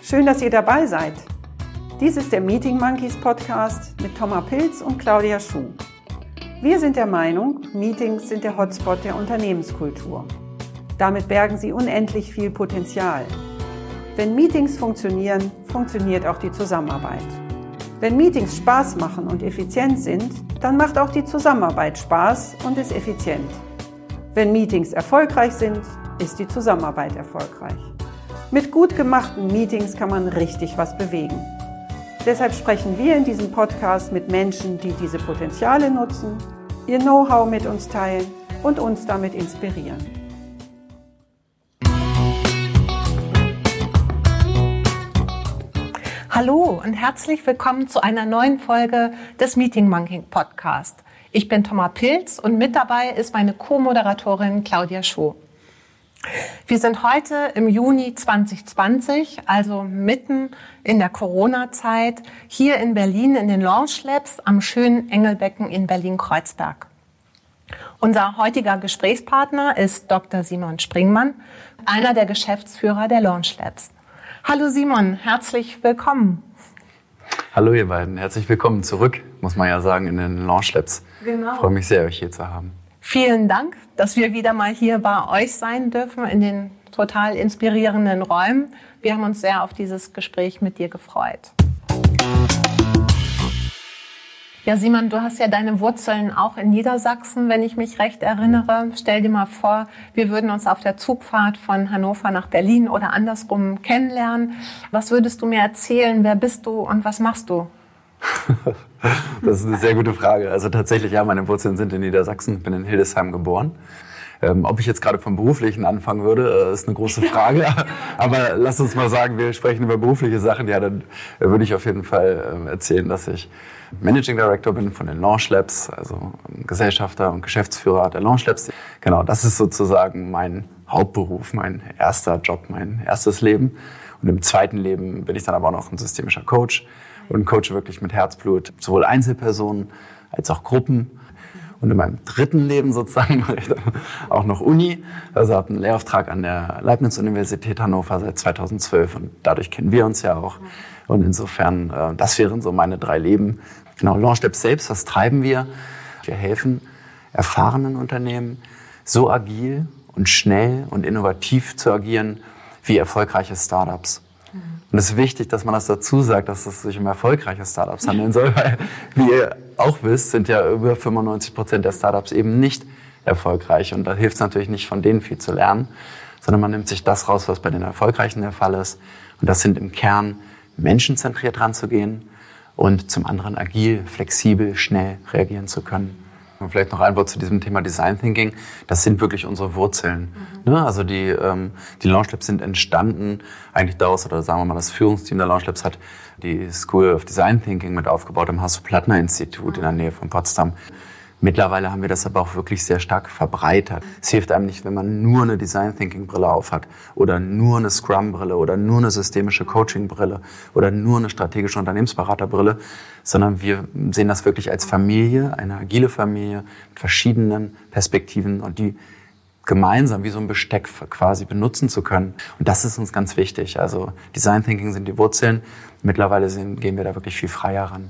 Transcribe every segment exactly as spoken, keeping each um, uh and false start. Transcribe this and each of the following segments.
Schön, dass ihr dabei seid. Dies ist der Meeting Monkeys Podcast mit Thomas Pilz und Claudia Schuh. Wir sind der Meinung, Meetings sind der Hotspot der Unternehmenskultur. Damit bergen sie unendlich viel Potenzial. Wenn Meetings funktionieren, funktioniert auch die Zusammenarbeit. Wenn Meetings Spaß machen und effizient sind, dann macht auch die Zusammenarbeit Spaß und ist effizient. Wenn Meetings erfolgreich sind, ist die Zusammenarbeit erfolgreich. Mit gut gemachten Meetings kann man richtig was bewegen. Deshalb sprechen wir in diesem Podcast mit Menschen, die diese Potenziale nutzen, ihr Know-how mit uns teilen und uns damit inspirieren. Hallo und herzlich willkommen zu einer neuen Folge des Meeting Monkey Podcast. Ich bin Thomas Pilz und mit dabei ist meine Co-Moderatorin Claudia Schuh. Wir sind heute im Juni zwanzig zwanzig, also mitten in der Corona-Zeit, hier in Berlin in den Launch Labs am schönen Engelbecken in Berlin-Kreuzberg. Unser heutiger Gesprächspartner ist Doktor Simon Springmann, einer der Geschäftsführer der Launch Labs. Hallo Simon, herzlich willkommen. Hallo ihr beiden, herzlich willkommen zurück, muss man ja sagen, in den Launch Labs. Genau. Ich freue mich sehr, euch hier zu haben. Vielen Dank, dass wir wieder mal hier bei euch sein dürfen in den total inspirierenden Räumen. Wir haben uns sehr auf dieses Gespräch mit dir gefreut. Ja, Simon, du hast ja deine Wurzeln auch in Niedersachsen, wenn ich mich recht erinnere. Stell dir mal vor, wir würden uns auf der Zugfahrt von Hannover nach Berlin oder andersrum kennenlernen. Was würdest du mir erzählen? Wer bist du und was machst du? Das ist eine sehr gute Frage. Also tatsächlich, ja, meine Wurzeln sind in Niedersachsen. Ich bin in Hildesheim geboren. Ähm, ob ich jetzt gerade vom Beruflichen anfangen würde, ist eine große Frage. Aber lass uns mal sagen, wir sprechen über berufliche Sachen. Ja, dann würde ich auf jeden Fall erzählen, dass ich Managing Director bin von den Launch Labs, also Gesellschafter und Geschäftsführer der Launch Labs. Genau, das ist sozusagen mein Hauptberuf, mein erster Job, mein erstes Leben. Und im zweiten Leben bin ich dann aber auch noch ein systemischer Coach und coache wirklich mit Herzblut sowohl Einzelpersonen als auch Gruppen. Und in meinem dritten Leben sozusagen mache ich dann auch noch Uni. Also habe einen Lehrauftrag an der Leibniz-Universität Hannover seit zweitausendzwölf und dadurch kennen wir uns ja auch. Und insofern, das wären so meine drei Leben. Genau, Launch Labs selbst, was treiben wir? Wir helfen erfahrenen Unternehmen, so agil und schnell und innovativ zu agieren wie erfolgreiche Startups. Und es ist wichtig, dass man das dazu sagt, dass es sich um erfolgreiche Startups handeln soll, weil, wie ihr auch wisst, sind ja über fünfundneunzig Prozent der Startups eben nicht erfolgreich. Und da hilft es natürlich nicht, von denen viel zu lernen, sondern man nimmt sich das raus, was bei den Erfolgreichen der Fall ist. Und das sind im Kern menschenzentriert ranzugehen und zum anderen agil, flexibel, schnell reagieren zu können. Und vielleicht noch ein Wort zu diesem Thema Design Thinking. Das sind wirklich unsere Wurzeln. Mhm. Ne? Also die, ähm, die Launch Labs sind entstanden eigentlich daraus, oder sagen wir mal, das Führungsteam der Launch Labs hat die School of Design Thinking mit aufgebaut im Hasso-Plattner-Institut mhm. in der Nähe von Potsdam. Mittlerweile haben wir das aber auch wirklich sehr stark verbreitert. Es hilft einem nicht, wenn man nur eine Design-Thinking-Brille aufhat oder nur eine Scrum-Brille oder nur eine systemische Coaching-Brille oder nur eine strategische Unternehmensberater-Brille, sondern wir sehen das wirklich als Familie, eine agile Familie mit verschiedenen Perspektiven und die gemeinsam wie so ein Besteck quasi benutzen zu können. Und das ist uns ganz wichtig. Also Design-Thinking sind die Wurzeln. Mittlerweile sind, gehen wir da wirklich viel freier ran.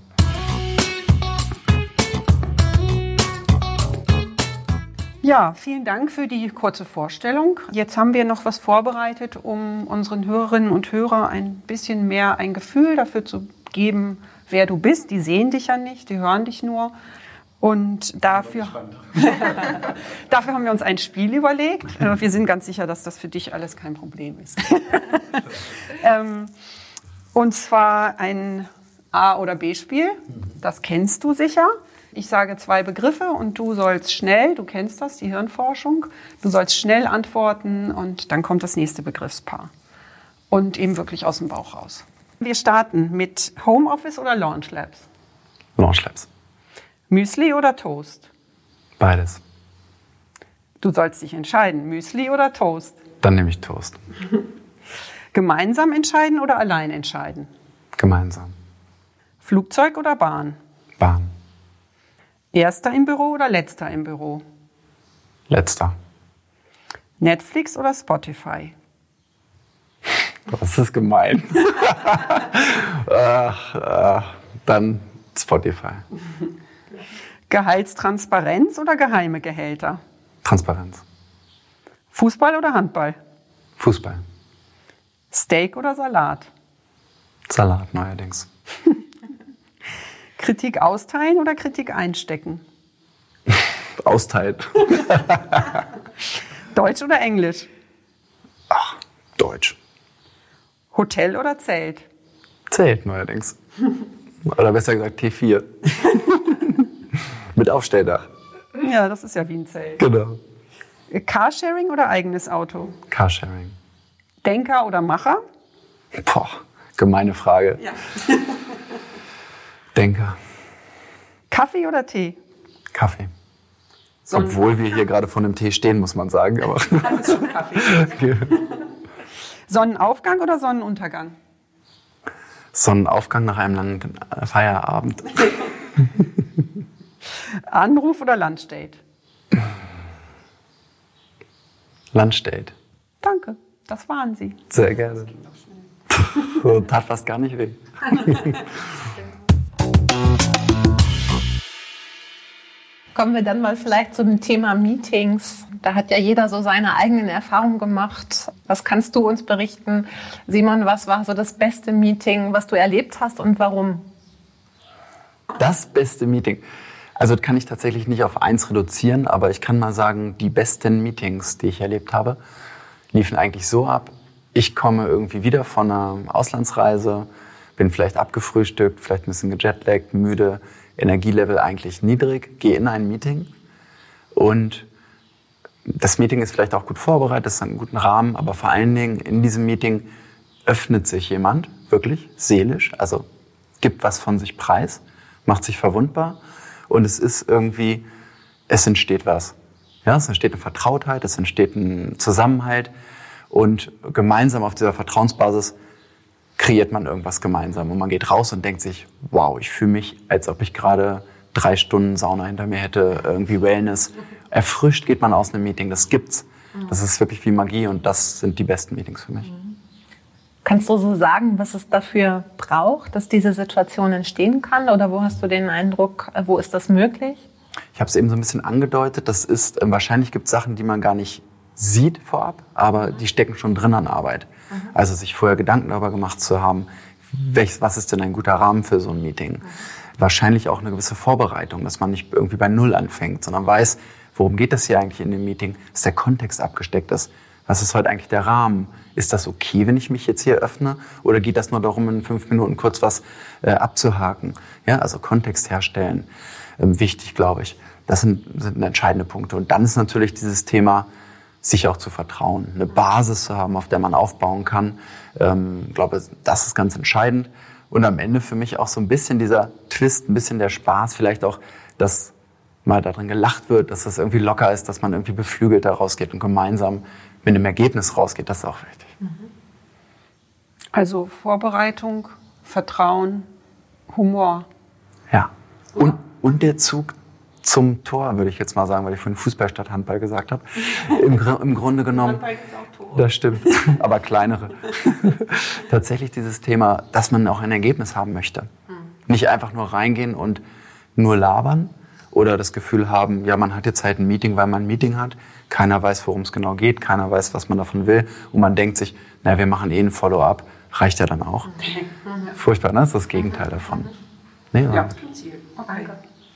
Ja, vielen Dank für die kurze Vorstellung. Jetzt haben wir noch was vorbereitet, um unseren Hörerinnen und Hörern ein bisschen mehr ein Gefühl dafür zu geben, wer du bist. Die sehen dich ja nicht, die hören dich nur. Und dafür, dafür haben wir uns ein Spiel überlegt. Wir sind ganz sicher, dass das für dich alles kein Problem ist. ähm, und zwar ein A- oder B-Spiel. Das kennst du sicher. Ich sage zwei Begriffe und du sollst schnell, du kennst das, die Hirnforschung, du sollst schnell antworten und dann kommt das nächste Begriffspaar. Und eben wirklich aus dem Bauch raus. Wir starten mit Homeoffice oder Launch Labs? Launch Labs. Müsli oder Toast? Beides. Du sollst dich entscheiden, Müsli oder Toast? Dann nehme ich Toast. Gemeinsam entscheiden oder allein entscheiden? Gemeinsam. Flugzeug oder Bahn? Bahn. Erster im Büro oder letzter im Büro? Letzter. Netflix oder Spotify? Das ist gemein. ach, ach, dann Spotify. Gehaltstransparenz oder geheime Gehälter? Transparenz. Fußball oder Handball? Fußball. Steak oder Salat? Salat neuerdings. Kritik austeilen oder Kritik einstecken? Austeilen. Deutsch oder Englisch? Ach, Deutsch. Hotel oder Zelt? Zelt neuerdings. Oder besser gesagt T vier. Mit Aufstelldach. Ja, das ist ja wie ein Zelt. Genau. Carsharing oder eigenes Auto? Carsharing. Denker oder Macher? Boah, gemeine Frage. Ja. Denker. Kaffee oder Tee? Kaffee. Sonnen- Obwohl wir hier gerade vor einem Tee stehen, muss man sagen. Aber Das ist schon Kaffee. Sonnenaufgang oder Sonnenuntergang? Sonnenaufgang nach einem langen Feierabend. Anruf oder Lunchdate? Lunchdate. Danke, das waren Sie. Sehr gerne. So, tat fast gar nicht weh. Kommen wir dann mal vielleicht zu dem Thema Meetings. Da hat ja jeder so seine eigenen Erfahrungen gemacht. Was kannst du uns berichten? Simon, was war so das beste Meeting, was du erlebt hast und warum? Das beste Meeting. Also das kann ich tatsächlich nicht auf eins reduzieren, aber ich kann mal sagen, die besten Meetings, die ich erlebt habe, liefen eigentlich so ab. Ich komme irgendwie wieder von einer Auslandsreise, bin vielleicht abgefrühstückt, vielleicht ein bisschen gejetlaggt, müde, Energielevel eigentlich niedrig, gehe in ein Meeting und das Meeting ist vielleicht auch gut vorbereitet, es hat einen guten Rahmen, aber vor allen Dingen in diesem Meeting öffnet sich jemand, wirklich seelisch, also gibt was von sich preis, macht sich verwundbar und es ist irgendwie, es entsteht was. Ja, es entsteht eine Vertrautheit, es entsteht ein Zusammenhalt und gemeinsam auf dieser Vertrauensbasis kreiert man irgendwas gemeinsam. Und man geht raus und denkt sich, wow, ich fühle mich, als ob ich gerade drei Stunden Sauna hinter mir hätte, irgendwie Wellness. Erfrischt geht man aus einem Meeting, das gibt's. Das ist wirklich wie Magie und das sind die besten Meetings für mich. Kannst du so sagen, was es dafür braucht, dass diese Situation entstehen kann? Oder wo hast du den Eindruck, wo ist das möglich? Ich habe es eben so ein bisschen angedeutet, das ist, äh, wahrscheinlich gibt es Sachen, die man gar nicht sieht vorab, aber die stecken schon drin an Arbeit. Mhm. Also sich vorher Gedanken darüber gemacht zu haben, welches, was ist denn ein guter Rahmen für so ein Meeting? Mhm. Wahrscheinlich auch eine gewisse Vorbereitung, dass man nicht irgendwie bei Null anfängt, sondern weiß, worum geht es hier eigentlich in dem Meeting, dass der Kontext abgesteckt ist. Was ist heute eigentlich der Rahmen? Ist das okay, wenn ich mich jetzt hier öffne? Oder geht das nur darum, in fünf Minuten kurz was äh, abzuhaken? Ja, also Kontext herstellen, ähm, wichtig, glaube ich. Das sind, sind entscheidende Punkte. Und dann ist natürlich dieses Thema, sich auch zu vertrauen, eine Basis zu haben, auf der man aufbauen kann. Ähm, ich glaube, das ist ganz entscheidend. Und am Ende für mich auch so ein bisschen dieser Twist, ein bisschen der Spaß, vielleicht auch, dass mal darin gelacht wird, dass das irgendwie locker ist, dass man irgendwie beflügelt da rausgeht und gemeinsam mit einem Ergebnis rausgeht. Das ist auch wichtig. Also Vorbereitung, Vertrauen, Humor. Ja. Und, und der Zug zum Tor, würde ich jetzt mal sagen, weil ich vorhin Fußball statt Handball gesagt habe. Im, Im Grunde genommen. Handball gibt auch Tore. Das stimmt, aber kleinere. Tatsächlich dieses Thema, dass man auch ein Ergebnis haben möchte. Mhm. Nicht einfach nur reingehen und nur labern oder das Gefühl haben, ja, man hat jetzt halt ein Meeting, weil man ein Meeting hat. Keiner weiß, worum es genau geht, keiner weiß, was man davon will. Und man denkt sich, na, wir machen eh ein Follow-up, reicht ja dann auch. Mhm. Furchtbar, ne? Das ist das Gegenteil davon. Nee, ja, ja. Ziel. Okay.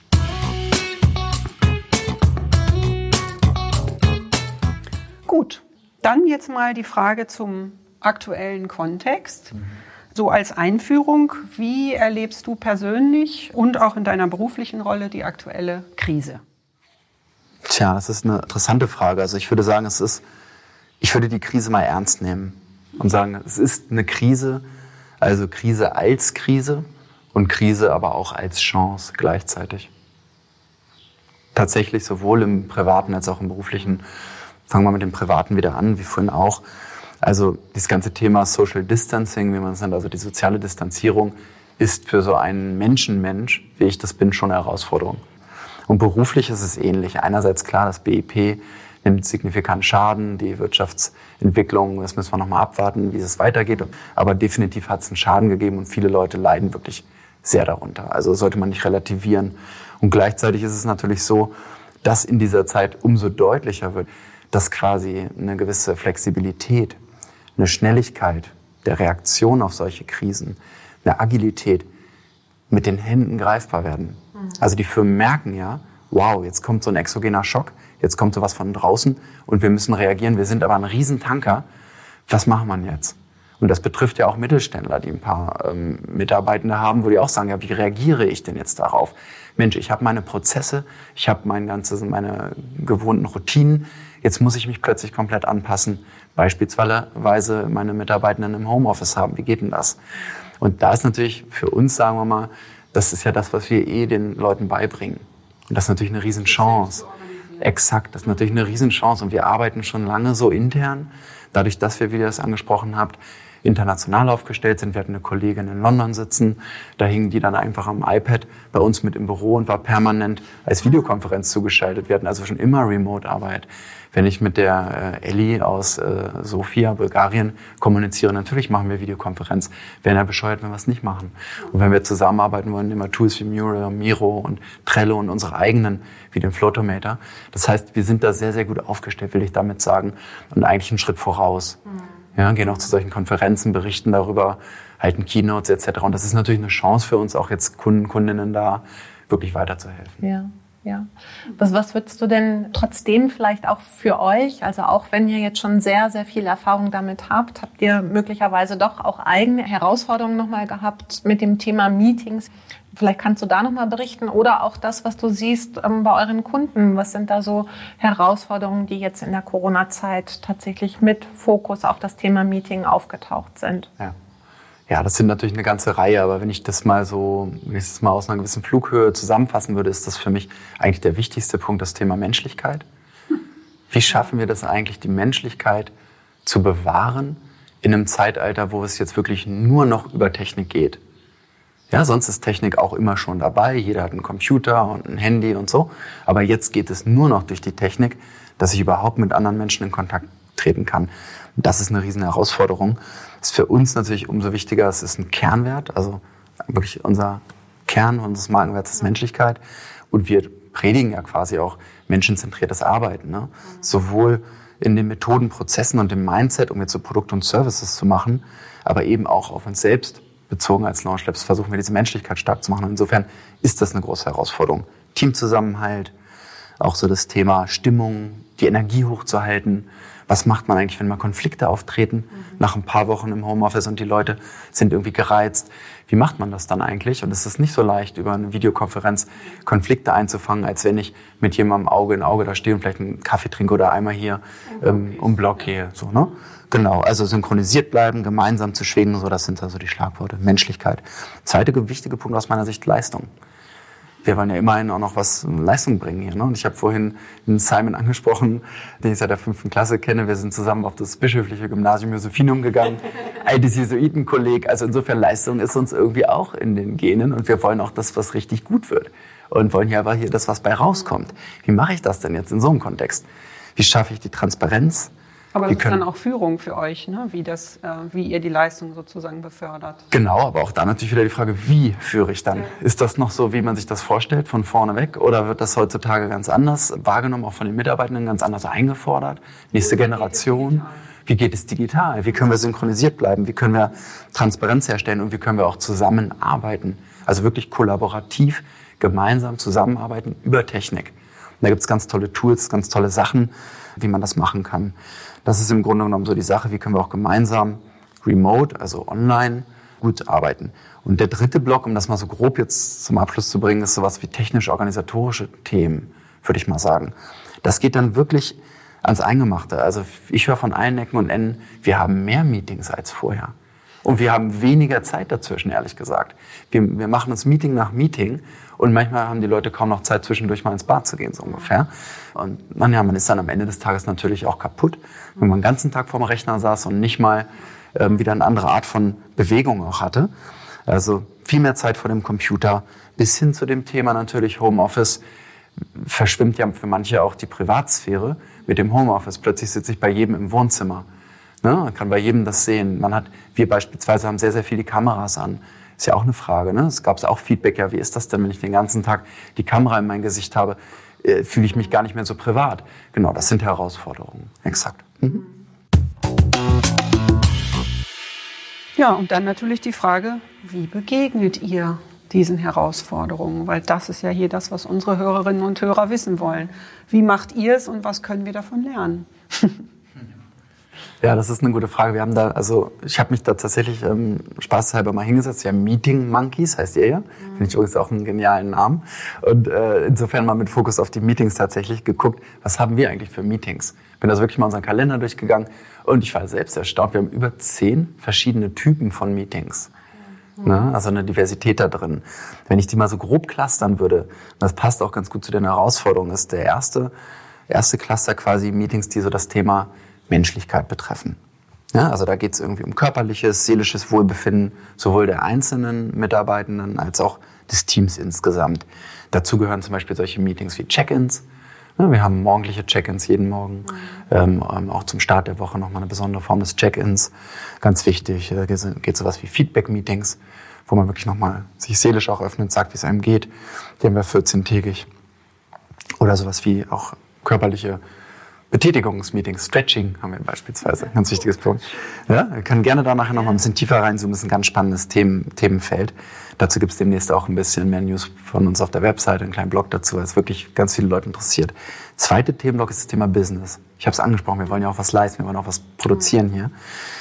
Gut, dann jetzt mal die Frage zum aktuellen Kontext. Mhm. So als Einführung, wie erlebst du persönlich und auch in deiner beruflichen Rolle die aktuelle Krise? Tja, das ist eine interessante Frage. Also ich würde sagen, es ist, ich würde die Krise mal ernst nehmen und sagen, es ist eine Krise, also Krise als Krise und Krise aber auch als Chance gleichzeitig. Tatsächlich sowohl im privaten als auch im beruflichen. Fangen wir mit dem Privaten wieder an, wie vorhin auch. Also das ganze Thema Social Distancing, wie man es nennt, also die soziale Distanzierung, ist für so einen Menschenmensch, wie ich das bin, schon eine Herausforderung. Und beruflich ist es ähnlich. Einerseits klar, das B E P nimmt signifikant Schaden, die Wirtschaftsentwicklung, das müssen wir nochmal abwarten, wie es weitergeht. Aber definitiv hat es einen Schaden gegeben und viele Leute leiden wirklich sehr darunter. Also sollte man nicht relativieren. Und gleichzeitig ist es natürlich so, dass in dieser Zeit umso deutlicher wird, dass quasi eine gewisse Flexibilität, eine Schnelligkeit der Reaktion auf solche Krisen, eine Agilität mit den Händen greifbar werden. Also die Firmen merken ja, wow, jetzt kommt so ein exogener Schock, jetzt kommt sowas von draußen und wir müssen reagieren. Wir sind aber ein Riesentanker. Was machen wir jetzt? Und das betrifft ja auch Mittelständler, die ein paar ähm, Mitarbeitende haben, wo die auch sagen, ja, wie reagiere ich denn jetzt darauf? Mensch, ich habe meine Prozesse, ich habe mein ganzes, meine gewohnten Routinen, jetzt muss ich mich plötzlich komplett anpassen. Beispielsweise meine Mitarbeitenden im Homeoffice haben. Wie geht denn das? Und da ist natürlich für uns, sagen wir mal, das ist ja das, was wir eh den Leuten beibringen. Und das ist natürlich eine Riesenchance. Exakt, das ist natürlich eine Riesenchance. Und wir arbeiten schon lange so intern, dadurch, dass wir, wie ihr das angesprochen habt, international aufgestellt sind. Wir hatten eine Kollegin in London sitzen, da hingen die dann einfach am iPad bei uns mit im Büro und war permanent als Videokonferenz zugeschaltet. Wir hatten also schon immer Remote-Arbeit. Wenn ich mit der äh, Elli aus äh, Sofia, Bulgarien, kommuniziere, natürlich machen wir Videokonferenz. Wären ja bescheuert, wenn wir es nicht machen. Und wenn wir zusammenarbeiten wollen, nehmen wir Tools wie Mural, Miro und Trello und unsere eigenen, wie den Flowtomator. Das heißt, wir sind da sehr, sehr gut aufgestellt, will ich damit sagen, und eigentlich einen Schritt voraus. Mhm. Ja, gehen auch zu solchen Konferenzen, berichten darüber, halten Keynotes et cetera. Und das ist natürlich eine Chance für uns, auch jetzt Kunden, Kundinnen da wirklich weiterzuhelfen. Ja. Ja. Was, was würdest du denn trotzdem vielleicht auch für euch, also auch wenn ihr jetzt schon sehr, sehr viel Erfahrung damit habt, habt ihr möglicherweise doch auch eigene Herausforderungen nochmal gehabt mit dem Thema Meetings? Vielleicht kannst du da nochmal berichten oder auch das, was du siehst ähm, bei euren Kunden. Was sind da so Herausforderungen, die jetzt in der Corona-Zeit tatsächlich mit Fokus auf das Thema Meeting aufgetaucht sind? Ja. Ja, das sind natürlich eine ganze Reihe, aber wenn ich das mal so, wenn ich das mal aus einer gewissen Flughöhe zusammenfassen würde, ist das für mich eigentlich der wichtigste Punkt, das Thema Menschlichkeit. Wie schaffen wir das eigentlich, die Menschlichkeit zu bewahren in einem Zeitalter, wo es jetzt wirklich nur noch über Technik geht? Ja, sonst ist Technik auch immer schon dabei. Jeder hat einen Computer und ein Handy und so. Aber jetzt geht es nur noch durch die Technik, dass ich überhaupt mit anderen Menschen in Kontakt treten kann. Und das ist eine riesen Herausforderung. Das ist für uns natürlich umso wichtiger. Es ist ein Kernwert, also wirklich unser Kern unseres Markenwerts ist Menschlichkeit. Und wir predigen ja quasi auch menschenzentriertes Arbeiten, ne? Sowohl in den Methoden, Prozessen und dem Mindset, um jetzt so Produkte und Services zu machen, aber eben auch auf uns selbst bezogen als Launch Labs versuchen wir diese Menschlichkeit stark zu machen. Und insofern ist das eine große Herausforderung. Teamzusammenhalt, auch so das Thema Stimmung, die Energie hochzuhalten. Was macht man eigentlich, wenn mal Konflikte auftreten, mhm. nach ein paar Wochen im Homeoffice und die Leute sind irgendwie gereizt? Wie macht man das dann eigentlich? Und es ist nicht so leicht, über eine Videokonferenz Konflikte einzufangen, als wenn ich mit jemandem Auge in Auge da stehe und vielleicht einen Kaffee trinke oder einmal hier ähm, um Block gehe. So, ne? Genau, also synchronisiert bleiben, gemeinsam zu schwingen, so, das sind also die Schlagworte. Menschlichkeit. Zweite wichtige Punkt aus meiner Sicht, Leistung. Wir wollen ja immerhin auch noch was Leistung bringen hier. Ne? Und ich habe vorhin den Simon angesprochen, den ich seit der fünften Klasse kenne. Wir sind zusammen auf das bischöfliche Gymnasium Josephinum gegangen. Altes Jesuitenkolleg. Also insofern Leistung ist uns irgendwie auch in den Genen. Und wir wollen auch das, was richtig gut wird. Und wollen hier aber hier das, was bei rauskommt. Wie mache ich das denn jetzt in so einem Kontext? Wie schaffe ich die Transparenz? Aber das ist dann auch Führung für euch, ne? wie, das, äh, wie ihr die Leistung sozusagen befördert. Genau, aber auch da natürlich wieder die Frage, wie führe ich dann? Ja. Ist das noch so, wie man sich das vorstellt, von vorne weg? Oder wird das heutzutage ganz anders wahrgenommen, auch von den Mitarbeitenden ganz anders eingefordert? Nächste Generation? Wie geht es digital? Wie können wir synchronisiert bleiben? Wie können wir Transparenz herstellen? Und wie können wir auch zusammenarbeiten? Also wirklich kollaborativ, gemeinsam zusammenarbeiten über Technik. Und da gibt es ganz tolle Tools, ganz tolle Sachen, wie man das machen kann. Das ist im Grunde genommen so die Sache, wie können wir auch gemeinsam remote, also online, gut arbeiten. Und der dritte Block, um das mal so grob jetzt zum Abschluss zu bringen, ist sowas wie technisch-organisatorische Themen, würde ich mal sagen. Das geht dann wirklich ans Eingemachte. Also ich höre von allen Ecken und Enden, wir haben mehr Meetings als vorher. Und wir haben weniger Zeit dazwischen, ehrlich gesagt. Wir, wir machen das Meeting nach Meeting und manchmal haben die Leute kaum noch Zeit, zwischendurch mal ins Bad zu gehen, so ungefähr. Und man, ja, man ist dann am Ende des Tages natürlich auch kaputt, wenn man den ganzen Tag vorm Rechner saß und nicht mal ähm, wieder eine andere Art von Bewegung auch hatte. Also viel mehr Zeit vor dem Computer, bis hin zu dem Thema natürlich Homeoffice. Verschwimmt ja für manche auch die Privatsphäre mit dem Homeoffice. Plötzlich sitze ich bei jedem im Wohnzimmer. Ne? Man kann bei jedem das sehen. Man hat, wir beispielsweise haben sehr, sehr viele Kameras an. Ist ja auch eine Frage. Ne? Es gab auch Feedback, ja, wie ist das denn, wenn ich den ganzen Tag die Kamera in mein Gesicht habe? Äh, fühle ich mich gar nicht mehr so privat. Genau, das sind Herausforderungen. Exakt. Mhm. Ja, und dann natürlich die Frage, wie begegnet ihr diesen Herausforderungen? Weil das ist ja hier das, was unsere Hörerinnen und Hörer wissen wollen. Wie macht ihr es und was können wir davon lernen? Ja, das ist eine gute Frage. Wir haben da, also ich habe mich da tatsächlich ähm, spaßhalber mal hingesetzt. Wir haben Meeting Monkeys, heißt ihr ja. Mhm. Finde ich übrigens auch einen genialen Namen. Und äh, insofern mal mit Fokus auf die Meetings tatsächlich geguckt, was haben wir eigentlich für Meetings? Bin also wirklich mal unseren Kalender durchgegangen und ich war selbst erstaunt. Wir haben über zehn verschiedene Typen von Meetings. Mhm. Ne? Also eine Diversität da drin. Wenn ich die mal so grob clustern würde, das passt auch ganz gut zu den Herausforderungen, ist der erste, erste Cluster quasi Meetings, die so das Thema Menschlichkeit betreffen. Ja, also da geht es irgendwie um körperliches, seelisches Wohlbefinden, sowohl der einzelnen Mitarbeitenden als auch des Teams insgesamt. Dazu gehören zum Beispiel solche Meetings wie Check-ins. Ja, wir haben morgendliche Check-ins jeden Morgen. Mhm. Ähm, auch zum Start der Woche nochmal eine besondere Form des Check-ins. Ganz wichtig, da geht sowas wie Feedback-Meetings, wo man wirklich nochmal sich seelisch auch öffnet, sagt, wie es einem geht. Die haben wir vierzehntägig. Oder sowas wie auch körperliche Betätigungsmeetings, Stretching haben wir beispielsweise, ein ganz wichtiges Punkt. Ja, wir können gerne da nachher noch mal ein bisschen tiefer reinzoomen, das ist ein ganz spannendes Themen, Themenfeld. Dazu gibt es demnächst auch ein bisschen mehr News von uns auf der Webseite, einen kleinen Blog dazu, weil es wirklich ganz viele Leute interessiert. Zweite Themenblock ist das Thema Business. Ich habe es angesprochen, wir wollen ja auch was leisten, wir wollen auch was produzieren hier.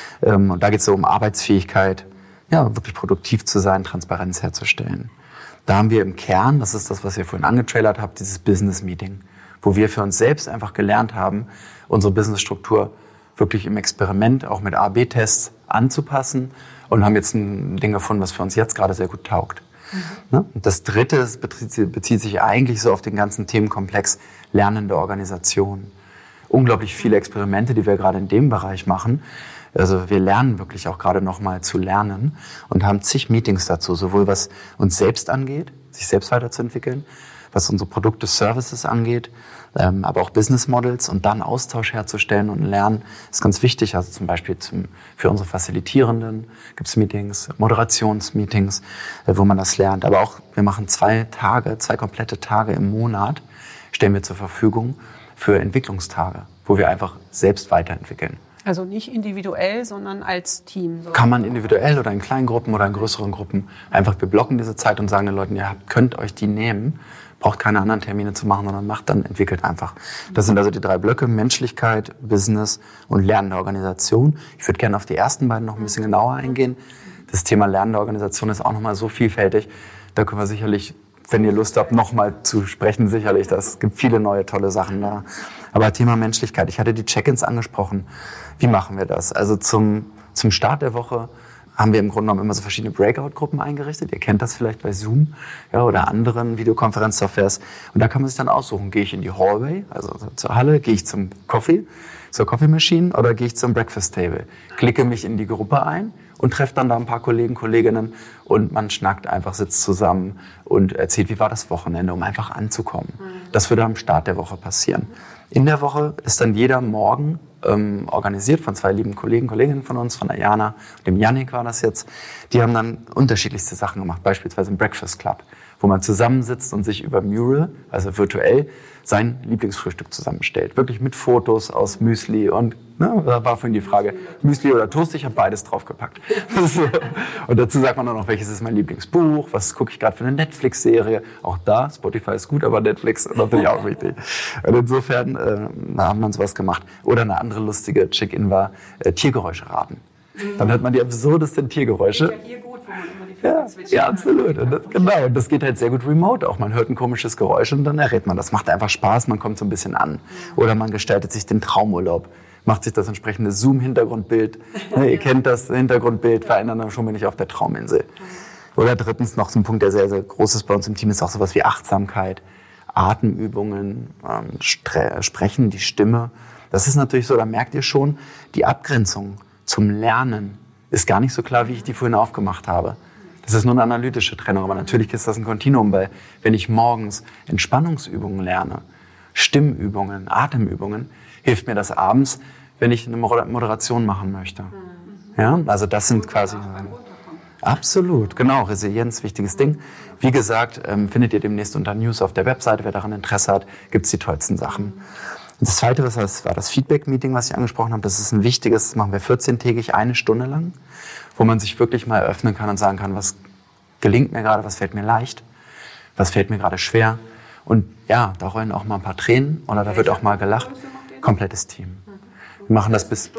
Und da geht es so um Arbeitsfähigkeit, ja, wirklich produktiv zu sein, Transparenz herzustellen. Da haben wir im Kern, das ist das, was ihr vorhin angetrailert habt, dieses Business-Meeting, wo wir für uns selbst einfach gelernt haben, unsere Businessstruktur wirklich im Experiment auch mit A B Tests anzupassen und haben jetzt ein Ding gefunden, was für uns jetzt gerade sehr gut taugt. Mhm. Das Dritte das bezieht, bezieht sich eigentlich so auf den ganzen Themenkomplex lernende Organisation. Unglaublich viele Experimente, die wir gerade in dem Bereich machen. Also wir lernen wirklich auch gerade noch mal zu lernen und haben zig Meetings dazu, sowohl was uns selbst angeht, sich selbst weiterzuentwickeln, was unsere Produkte, Services angeht, ähm, aber auch Business Models und dann Austausch herzustellen und lernen, ist ganz wichtig. Also zum Beispiel zum, für unsere Facilitierenden gibt es Meetings, Moderationsmeetings, äh, wo man das lernt. Aber auch, wir machen zwei Tage, zwei komplette Tage im Monat, stellen wir zur Verfügung für Entwicklungstage, wo wir einfach selbst weiterentwickeln. Also nicht individuell, sondern als Team. So. Kann man individuell oder in kleinen Gruppen oder in größeren Gruppen einfach, wir blocken diese Zeit und sagen den Leuten, ihr könnt euch die nehmen, braucht keine anderen Termine zu machen, sondern macht dann, entwickelt einfach. Das sind also die drei Blöcke, Menschlichkeit, Business und lernende Organisation. Ich würde gerne auf die ersten beiden noch ein bisschen genauer eingehen. Das Thema lernende Organisation ist auch nochmal so vielfältig. Da können wir sicherlich, wenn ihr Lust habt, nochmal zu sprechen, sicherlich. Das gibt viele neue, tolle Sachen da. Aber Thema Menschlichkeit. Ich hatte die Check-ins angesprochen. Wie machen wir das? Also zum, zum Start der Woche haben wir im Grunde genommen immer so verschiedene Breakout-Gruppen eingerichtet. Ihr kennt das vielleicht bei Zoom, ja, oder anderen Videokonferenzsoftwares. Und da kann man sich dann aussuchen, gehe ich in die Hallway, also zur Halle, gehe ich zum Coffee, zur Coffee Machine oder gehe ich zum Breakfast Table. Klicke mich in die Gruppe ein und treffe dann da ein paar Kollegen, Kolleginnen und man schnackt einfach, sitzt zusammen und erzählt, wie war das Wochenende, um einfach anzukommen. Das würde am Start der Woche passieren. In der Woche ist dann jeder Morgen ähm, organisiert von zwei lieben Kollegen, Kolleginnen von uns, von der Jana und dem Yannick war das jetzt. Die haben dann unterschiedlichste Sachen gemacht, beispielsweise im Breakfast Club, wo man zusammensitzt und sich über Mural, also virtuell, sein Lieblingsfrühstück zusammenstellt. Wirklich mit Fotos aus Müsli und, ne, da war vorhin die Frage, Müsli oder Toast, ich habe beides draufgepackt. Und dazu sagt man dann noch, welches ist mein Lieblingsbuch, was gucke ich gerade für eine Netflix-Serie. Auch da, Spotify ist gut, aber Netflix ist natürlich auch wichtig. Und insofern äh, da haben wir sowas gemacht. Oder eine andere lustige Check-in war äh, Tiergeräusche raten. Dann hört man die absurdesten Tiergeräusche. Ja, ja, absolut. Und das, genau. Und das geht halt sehr gut remote auch. Man hört ein komisches Geräusch und dann errät man. Das macht einfach Spaß, man kommt so ein bisschen an. Oder man gestaltet sich den Traumurlaub, macht sich das entsprechende Zoom-Hintergrundbild. Ne, ihr kennt das Hintergrundbild, verändern dann schon, bin ich auf der Trauminsel. Oder drittens noch so ein Punkt, der sehr, sehr groß ist bei uns im Team, ist auch sowas wie Achtsamkeit, Atemübungen, ähm, Stre- Sprechen, die Stimme. Das ist natürlich so, da merkt ihr schon, die Abgrenzung zum Lernen ist gar nicht so klar, wie ich die vorhin aufgemacht habe. Das ist nur eine analytische Trennung, aber natürlich ist das ein Kontinuum, weil wenn ich morgens Entspannungsübungen lerne, Stimmübungen, Atemübungen, hilft mir das abends, wenn ich eine Moderation machen möchte. Ja, also das sind quasi... Absolut, genau. Resilienz, wichtiges Ding. Wie gesagt, ähm, findet ihr demnächst unter News auf der Webseite. Wer daran Interesse hat, gibt's die tollsten Sachen. Und das Zweite, was das war das Feedback-Meeting, was ich angesprochen habe. Das ist ein wichtiges, das machen wir vierzehntägig, eine Stunde lang, wo man sich wirklich mal öffnen kann und sagen kann, was gelingt mir gerade, was fällt mir leicht, was fällt mir gerade schwer. Und ja, da rollen auch mal ein paar Tränen oder da wird auch mal gelacht. Komplettes Team. Wir machen das bis...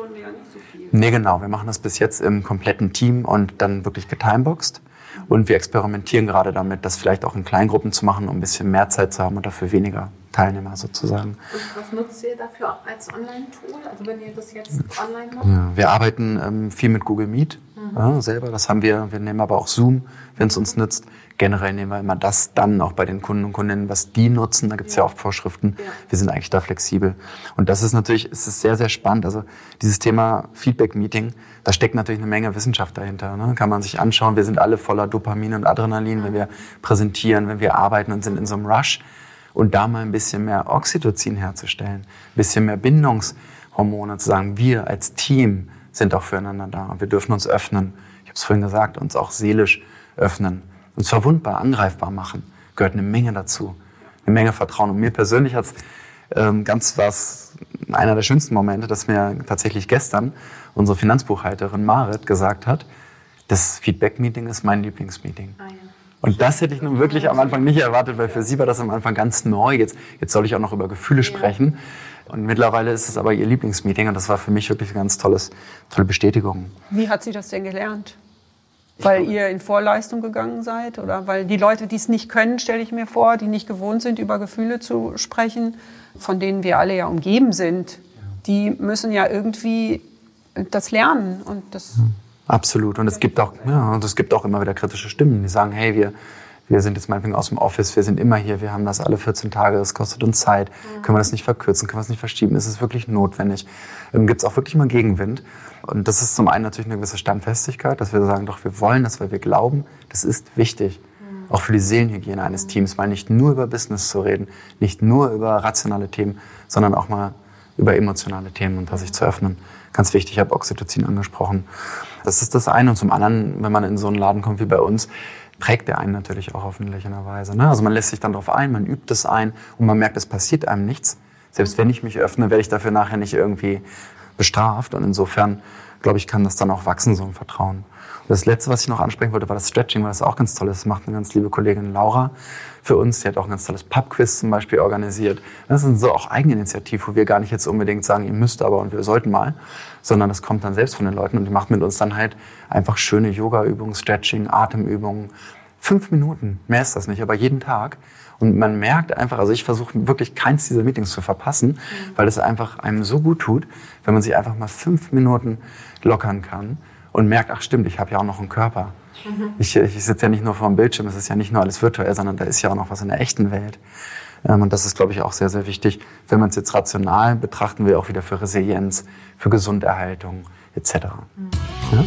Nee, genau. Wir machen das bis jetzt im kompletten Team und dann wirklich getimeboxt. Und wir experimentieren gerade damit, das vielleicht auch in Kleingruppen zu machen, um ein bisschen mehr Zeit zu haben und dafür weniger Teilnehmer sozusagen. Und was nutzt ihr dafür auch als Online-Tool? Also wenn ihr das jetzt online macht? Ja, wir arbeiten ähm, viel mit Google Meet mhm. ja, selber. Das haben wir. Wir nehmen aber auch Zoom, wenn es uns nützt. Generell nehmen wir immer das dann auch bei den Kunden und Kundinnen, was die nutzen. Da gibt es ja. ja oft Vorschriften. Ja. Wir sind eigentlich da flexibel. Und das ist natürlich, es ist sehr, sehr spannend. Also dieses Thema Feedback-Meeting, da steckt natürlich eine Menge Wissenschaft dahinter. Ne? Kann man sich anschauen. Wir sind alle voller Dopamin und Adrenalin, wenn wir präsentieren, wenn wir arbeiten und sind in so einem Rush. Und da mal ein bisschen mehr Oxytocin herzustellen, ein bisschen mehr Bindungshormone, zu sagen, wir als Team sind auch füreinander da. Und wir dürfen uns öffnen. Ich habe es vorhin gesagt, uns auch seelisch öffnen. Uns verwundbar, angreifbar machen, gehört eine Menge dazu. Eine Menge Vertrauen. Und mir persönlich hat es ähm, ganz was, einer der schönsten Momente, dass mir tatsächlich gestern unsere Finanzbuchhalterin Marit gesagt hat, das Feedback-Meeting ist mein Lieblingsmeeting. Ah, ja. Und das hätte ich nun wirklich am Anfang nicht erwartet, weil für sie war das am Anfang ganz neu. Jetzt, jetzt soll ich auch noch über Gefühle sprechen. Und mittlerweile ist es aber ihr Lieblingsmeeting und das war für mich wirklich eine ganz tolles, tolle Bestätigung. Wie hat sie das denn gelernt? Weil ihr in Vorleistung gegangen seid? Oder weil die Leute, die es nicht können, stelle ich mir vor, die nicht gewohnt sind, über Gefühle zu sprechen, von denen wir alle ja umgeben sind, die müssen ja irgendwie das lernen. Und das Absolut. Und es gibt auch, ja, und es gibt auch immer wieder kritische Stimmen, die sagen, hey, wir, wir sind jetzt meinetwegen aus dem Office, wir sind immer hier, wir haben das alle vierzehn Tage, es kostet uns Zeit. Mhm. Können wir das nicht verkürzen, können wir es nicht verschieben? Ist es wirklich notwendig? Ähm, gibt es auch wirklich mal Gegenwind? Und das ist zum einen natürlich eine gewisse Standfestigkeit, dass wir sagen, doch, wir wollen das, weil wir glauben, das ist wichtig. Mhm. Auch für die Seelenhygiene eines Teams, mal nicht nur über Business zu reden, nicht nur über rationale Themen, sondern auch mal über emotionale Themen und da sich zu öffnen. Ganz wichtig, ich habe Oxytocin angesprochen. Das ist das eine. Und zum anderen, wenn man in so einen Laden kommt wie bei uns, prägt der einen natürlich auch hoffentlich in einer Weise. Ne? Also man lässt sich dann darauf ein, man übt es ein und man merkt, es passiert einem nichts. Selbst wenn ich mich öffne, werde ich dafür nachher nicht irgendwie bestraft. Und insofern, glaube ich, kann das dann auch wachsen, so ein Vertrauen. Und das Letzte, was ich noch ansprechen wollte, war das Stretching, weil das auch ganz toll ist. Das macht eine ganz liebe Kollegin Laura für uns. Die hat auch ein ganz tolles Pub-Quiz zum Beispiel organisiert. Das sind so auch Eigeninitiativen, wo wir gar nicht jetzt unbedingt sagen, ihr müsst aber und wir sollten mal, sondern das kommt dann selbst von den Leuten und die macht mit uns dann halt einfach schöne Yoga-Übungen, Stretching, Atemübungen. Fünf Minuten, mehr ist das nicht, aber jeden Tag. Und man merkt einfach, also ich versuche wirklich keins dieser Meetings zu verpassen, mhm. weil es einfach einem so gut tut, wenn man sich einfach mal fünf Minuten lockern kann und merkt, ach stimmt, ich habe ja auch noch einen Körper. Mhm. Ich, ich sitze ja nicht nur vor dem Bildschirm, es ist ja nicht nur alles virtuell, sondern da ist ja auch noch was in der echten Welt. Ähm, und das ist, glaube ich, auch sehr, sehr wichtig. Wenn man es jetzt rational betrachten will, auch wieder für Resilienz, für Gesunderhaltung et cetera. Mhm. Ja?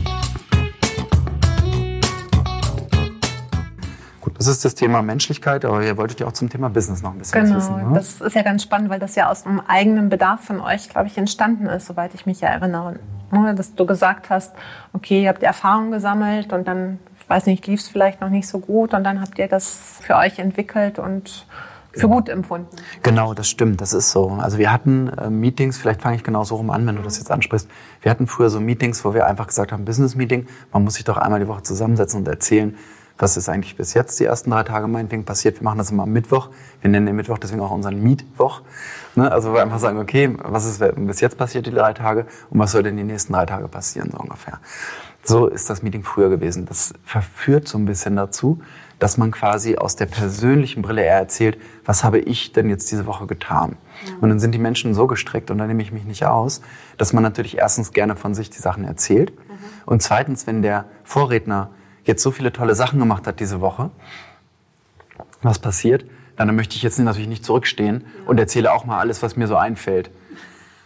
Gut, das ist das Thema Menschlichkeit, aber ihr wolltet ja auch zum Thema Business noch ein bisschen genau, was wissen. Genau, das ist ja ganz spannend, weil das ja aus einem eigenen Bedarf von euch, glaube ich, entstanden ist, soweit ich mich erinnere. Dass du gesagt hast, okay, ihr habt Erfahrung gesammelt und dann, ich weiß nicht, lief es vielleicht noch nicht so gut und dann habt ihr das für euch entwickelt und für gut empfunden. Genau, das stimmt, das ist so. Also wir hatten äh, Meetings, vielleicht fange ich genau so rum an, wenn du das jetzt ansprichst. Wir hatten früher so Meetings, wo wir einfach gesagt haben, Business-Meeting, man muss sich doch einmal die Woche zusammensetzen und erzählen, was ist eigentlich bis jetzt die ersten drei Tage meinetwegen passiert. Wir machen das immer am Mittwoch. Wir nennen den Mittwoch deswegen auch unseren Mietwoch. Ne? Also wir einfach sagen, okay, was ist bis jetzt passiert die drei Tage und was soll denn die nächsten drei Tage passieren, so ungefähr. So ist das Meeting früher gewesen. Das verführt so ein bisschen dazu, dass man quasi aus der persönlichen Brille eher erzählt, was habe ich denn jetzt diese Woche getan? Ja. Und dann sind die Menschen so gestrickt, und da nehme ich mich nicht aus, dass man natürlich erstens gerne von sich die Sachen erzählt. Mhm. Und zweitens, wenn der Vorredner jetzt so viele tolle Sachen gemacht hat diese Woche, was passiert, dann möchte ich jetzt natürlich nicht zurückstehen und erzähle auch mal alles, was mir so einfällt.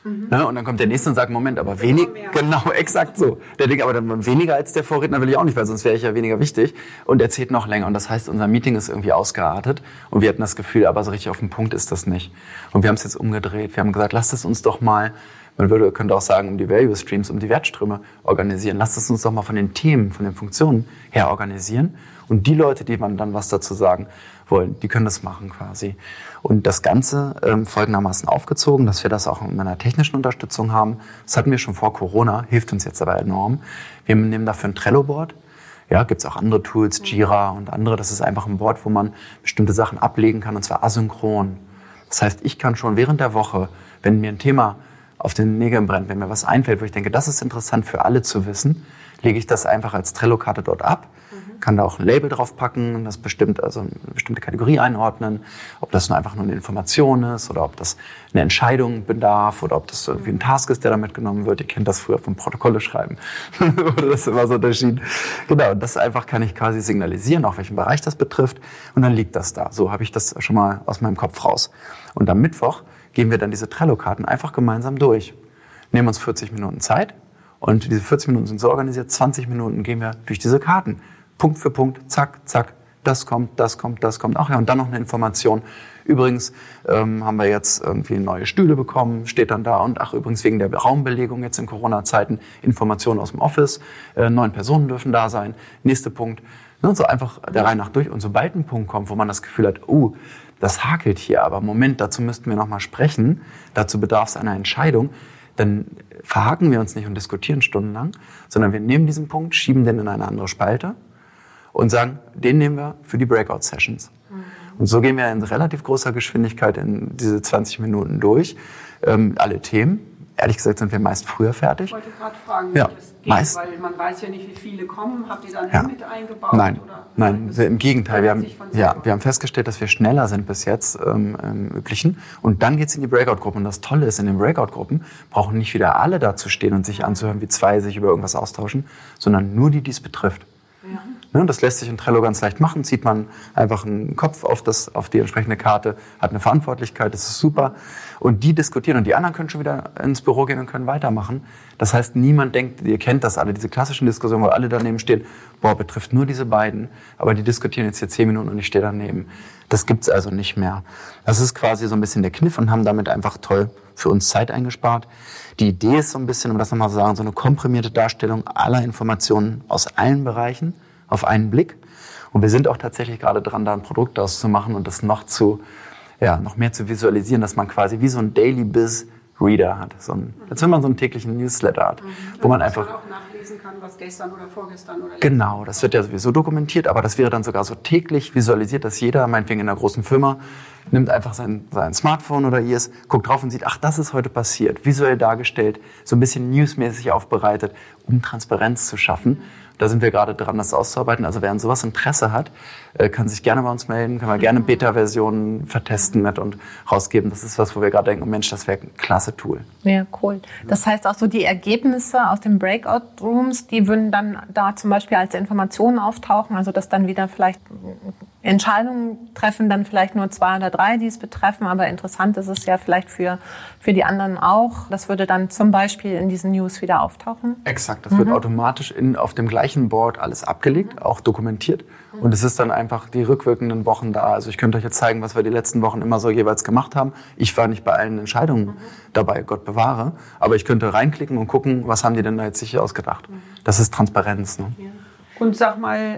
Mhm. Ne? Und dann kommt der Nächste und sagt, Moment, aber wenig, genau, exakt so. Der denkt, aber dann weniger als der Vorredner will ich auch nicht, weil sonst wäre ich ja weniger wichtig. Und er zählt noch länger. Und das heißt, unser Meeting ist irgendwie ausgeartet. Und wir hatten das Gefühl, aber so richtig auf den Punkt ist das nicht. Und wir haben es jetzt umgedreht. Wir haben gesagt, lasst es uns doch mal, man würde, könnte auch sagen, um die Value Streams, um die Wertströme organisieren. Lasst es uns doch mal von den Themen, von den Funktionen her organisieren. Und die Leute, die man dann was dazu sagen wollen, die können das machen quasi. Und das Ganze ähm, folgendermaßen aufgezogen, dass wir das auch in einer technischen Unterstützung haben. Das hatten wir schon vor Corona, hilft uns jetzt aber enorm. Wir nehmen dafür ein Trello-Board. Ja, gibt's auch andere Tools, Jira und andere. Das ist einfach ein Board, wo man bestimmte Sachen ablegen kann, und zwar asynchron. Das heißt, ich kann schon während der Woche, wenn mir ein Thema auf den Nägeln brennt, wenn mir was einfällt, wo ich denke, das ist interessant für alle zu wissen, lege ich das einfach als Trello-Karte dort ab. Kann da auch ein Label drauf packen, das bestimmt, also eine bestimmte Kategorie einordnen, ob das nur einfach nur eine Information ist oder ob das eine Entscheidung bedarf oder ob das irgendwie ein Task ist, der da mitgenommen wird. Ihr kennt das früher vom Protokolle schreiben. Oder das ist immer so unterschieden. Genau, das einfach kann ich quasi signalisieren, auch welchen Bereich das betrifft, und dann liegt das da. So habe ich das schon mal aus meinem Kopf raus. Und am Mittwoch gehen wir dann diese Trello-Karten einfach gemeinsam durch. Nehmen uns vierzig Minuten Zeit und diese vierzig Minuten sind so organisiert, zwanzig Minuten gehen wir durch diese Karten. Punkt für Punkt, zack, zack, das kommt, das kommt, das kommt. Ach ja, und dann noch eine Information. Übrigens ähm, haben wir jetzt irgendwie neue Stühle bekommen, steht dann da. Und ach, übrigens wegen der Raumbelegung jetzt in Corona-Zeiten, Informationen aus dem Office, äh, neun Personen dürfen da sein. Nächster Punkt. Ne, so einfach der Reihe nach durch. Und sobald ein Punkt kommt, wo man das Gefühl hat, oh, das hakelt hier, aber Moment, dazu müssten wir noch mal sprechen, dazu bedarf es einer Entscheidung, dann verhaken wir uns nicht und diskutieren stundenlang, sondern wir nehmen diesen Punkt, schieben den in eine andere Spalte und sagen, den nehmen wir für die Breakout-Sessions. Mhm. Und so gehen wir in relativ großer Geschwindigkeit in diese zwanzig Minuten durch, ähm, alle Themen. Ehrlich gesagt sind wir meist früher fertig. Ich wollte gerade fragen, wie ja, das geht, meist. Weil man weiß ja nicht, wie viele kommen. Habt ihr dann ja. mit eingebaut? Nein, oder? nein, wir, im Gegenteil. Wir haben, ja, wir haben festgestellt, dass wir schneller sind bis jetzt ähm, im Üblichen. Und dann geht's in die Breakout-Gruppen. Und das Tolle ist, in den Breakout-Gruppen brauchen nicht wieder alle da zu stehen und sich anzuhören, wie zwei sich über irgendwas austauschen, sondern nur die, die es betrifft. Ja. Ne, das lässt sich in Trello ganz leicht machen. Zieht man einfach einen Kopf auf, das, auf die entsprechende Karte, hat eine Verantwortlichkeit, das ist super. Und die diskutieren und die anderen können schon wieder ins Büro gehen und können weitermachen. Das heißt, niemand denkt, ihr kennt das alle, diese klassischen Diskussionen, wo alle daneben stehen, boah, betrifft nur diese beiden, aber die diskutieren jetzt hier zehn Minuten und ich stehe daneben. Das gibt's also nicht mehr. Das ist quasi so ein bisschen der Kniff und haben damit einfach toll für uns Zeit eingespart. Die Idee ist so ein bisschen, um das nochmal zu sagen, so eine komprimierte Darstellung aller Informationen aus allen Bereichen auf einen Blick. Und wir sind auch tatsächlich gerade dran, da ein Produkt daraus zu machen und das noch zu, ja, noch mehr zu visualisieren, dass man quasi wie so ein Daily Biz Reader hat. So ein, als wenn man so einen täglichen Newsletter hat, mhm. wo man einfach auch nachlesen kann, was gestern oder vorgestern oder genau, das wird ja sowieso dokumentiert, aber das wäre dann sogar so täglich visualisiert, dass jeder, meinetwegen in einer großen Firma, nimmt einfach sein, sein Smartphone oder ihrs, guckt drauf und sieht, ach, das ist heute passiert, visuell dargestellt, so ein bisschen newsmäßig aufbereitet, um Transparenz zu schaffen. Da sind wir gerade dran, das auszuarbeiten. Also wer an sowas Interesse hat, kann sich gerne bei uns melden, können wir gerne Beta-Versionen vertesten mit und rausgeben. Das ist was, wo wir gerade denken, Mensch, das wäre ein klasse Tool. Ja, cool. Das heißt auch so, die Ergebnisse aus den Breakout-Rooms, die würden dann da zum Beispiel als Informationen auftauchen, also dass dann wieder vielleicht Entscheidungen treffen, dann vielleicht nur zwei oder drei, die es betreffen, aber interessant ist es ja vielleicht für, für die anderen auch. Das würde dann zum Beispiel in diesen News wieder auftauchen? Exakt, das mhm. wird automatisch in, auf dem gleichen Board alles abgelegt, auch dokumentiert. Und es ist dann einfach die rückwirkenden Wochen da. Also ich könnte euch jetzt zeigen, was wir die letzten Wochen immer so jeweils gemacht haben. Ich war nicht bei allen Entscheidungen mhm. dabei, Gott bewahre. Aber ich könnte reinklicken und gucken, was haben die denn da jetzt sich ausgedacht. Mhm. Das ist Transparenz. Ne? Ja. Und sag mal,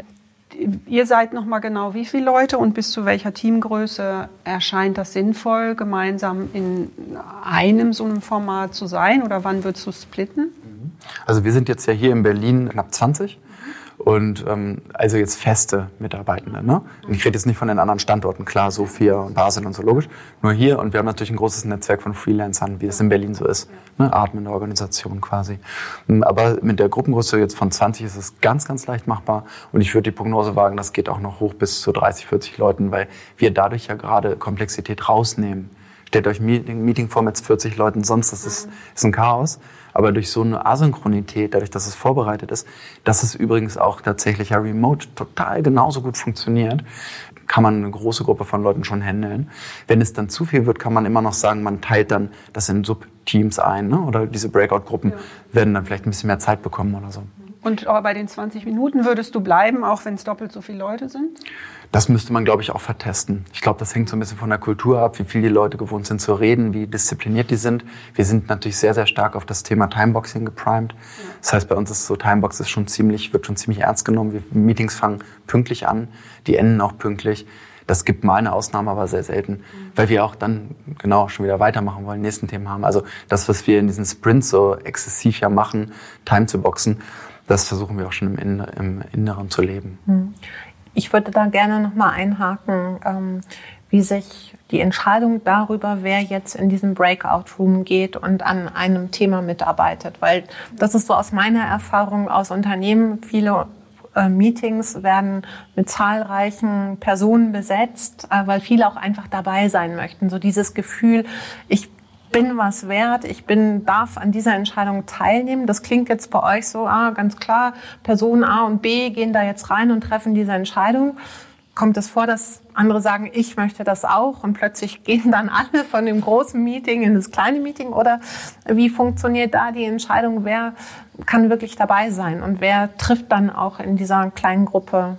ihr seid noch mal genau wie viele Leute und bis zu welcher Teamgröße erscheint das sinnvoll, gemeinsam in einem so einem Format zu sein? Oder wann würdest du splitten? Also wir sind jetzt ja hier in Berlin knapp zwanzig. Und ähm, also jetzt feste Mitarbeitende. Ne? Und ich rede jetzt nicht von den anderen Standorten, klar, Sofia und Basel und so, logisch. Nur hier, und wir haben natürlich ein großes Netzwerk von Freelancern, wie es in Berlin so ist. Ne? Atmende Organisation quasi. Aber mit der Gruppengröße jetzt von zwanzig ist es ganz, ganz leicht machbar. Und ich würde die Prognose wagen, das geht auch noch hoch bis zu dreißig, vierzig Leuten, weil wir dadurch ja gerade Komplexität rausnehmen. Stellt euch ein Meeting, Meeting vor mit vierzig Leuten, sonst das ist, ist ein Chaos. Aber durch so eine Asynchronität, dadurch, dass es vorbereitet ist, dass es übrigens auch tatsächlich ja remote total genauso gut funktioniert, kann man eine große Gruppe von Leuten schon handeln. Wenn es dann zu viel wird, kann man immer noch sagen, man teilt dann das in Subteams ein, ne? Oder diese Breakout-Gruppen ja. werden dann vielleicht ein bisschen mehr Zeit bekommen oder so. Und aber bei den zwanzig Minuten würdest du bleiben, auch wenn es doppelt so viele Leute sind? Das müsste man, glaube ich, auch vertesten. Ich glaube, das hängt so ein bisschen von der Kultur ab, wie viel die Leute gewohnt sind zu reden, wie diszipliniert die sind. Wir sind natürlich sehr, sehr stark auf das Thema Timeboxing geprimed. Ja. Das heißt, bei uns ist so, Timebox ist schon ziemlich, wird schon ziemlich ernst genommen. Wir Meetings fangen pünktlich an, die enden auch pünktlich. Das gibt mal eine Ausnahme, aber sehr selten, mhm. weil wir auch dann genau schon wieder weitermachen wollen, nächsten Themen haben. Also das, was wir in diesen Sprints so exzessiv ja machen, Time zu boxen, das versuchen wir auch schon im, im Inneren zu leben. Ich würde da gerne noch mal einhaken, ähm, wie sich die Entscheidung darüber, wer jetzt in diesen Breakout-Room geht und an einem Thema mitarbeitet. Weil das ist so aus meiner Erfahrung aus Unternehmen, viele äh, Meetings werden mit zahlreichen Personen besetzt, äh, weil viele auch einfach dabei sein möchten. So dieses Gefühl, ich bin was wert, ich bin, darf an dieser Entscheidung teilnehmen. Das klingt jetzt bei euch so, ah, ganz klar, Personen A und B gehen da jetzt rein und treffen diese Entscheidung. Kommt es vor, dass andere sagen, ich möchte das auch und plötzlich gehen dann alle von dem großen Meeting in das kleine Meeting? Oder wie funktioniert da die Entscheidung, wer kann wirklich dabei sein und wer trifft dann auch in dieser kleinen Gruppe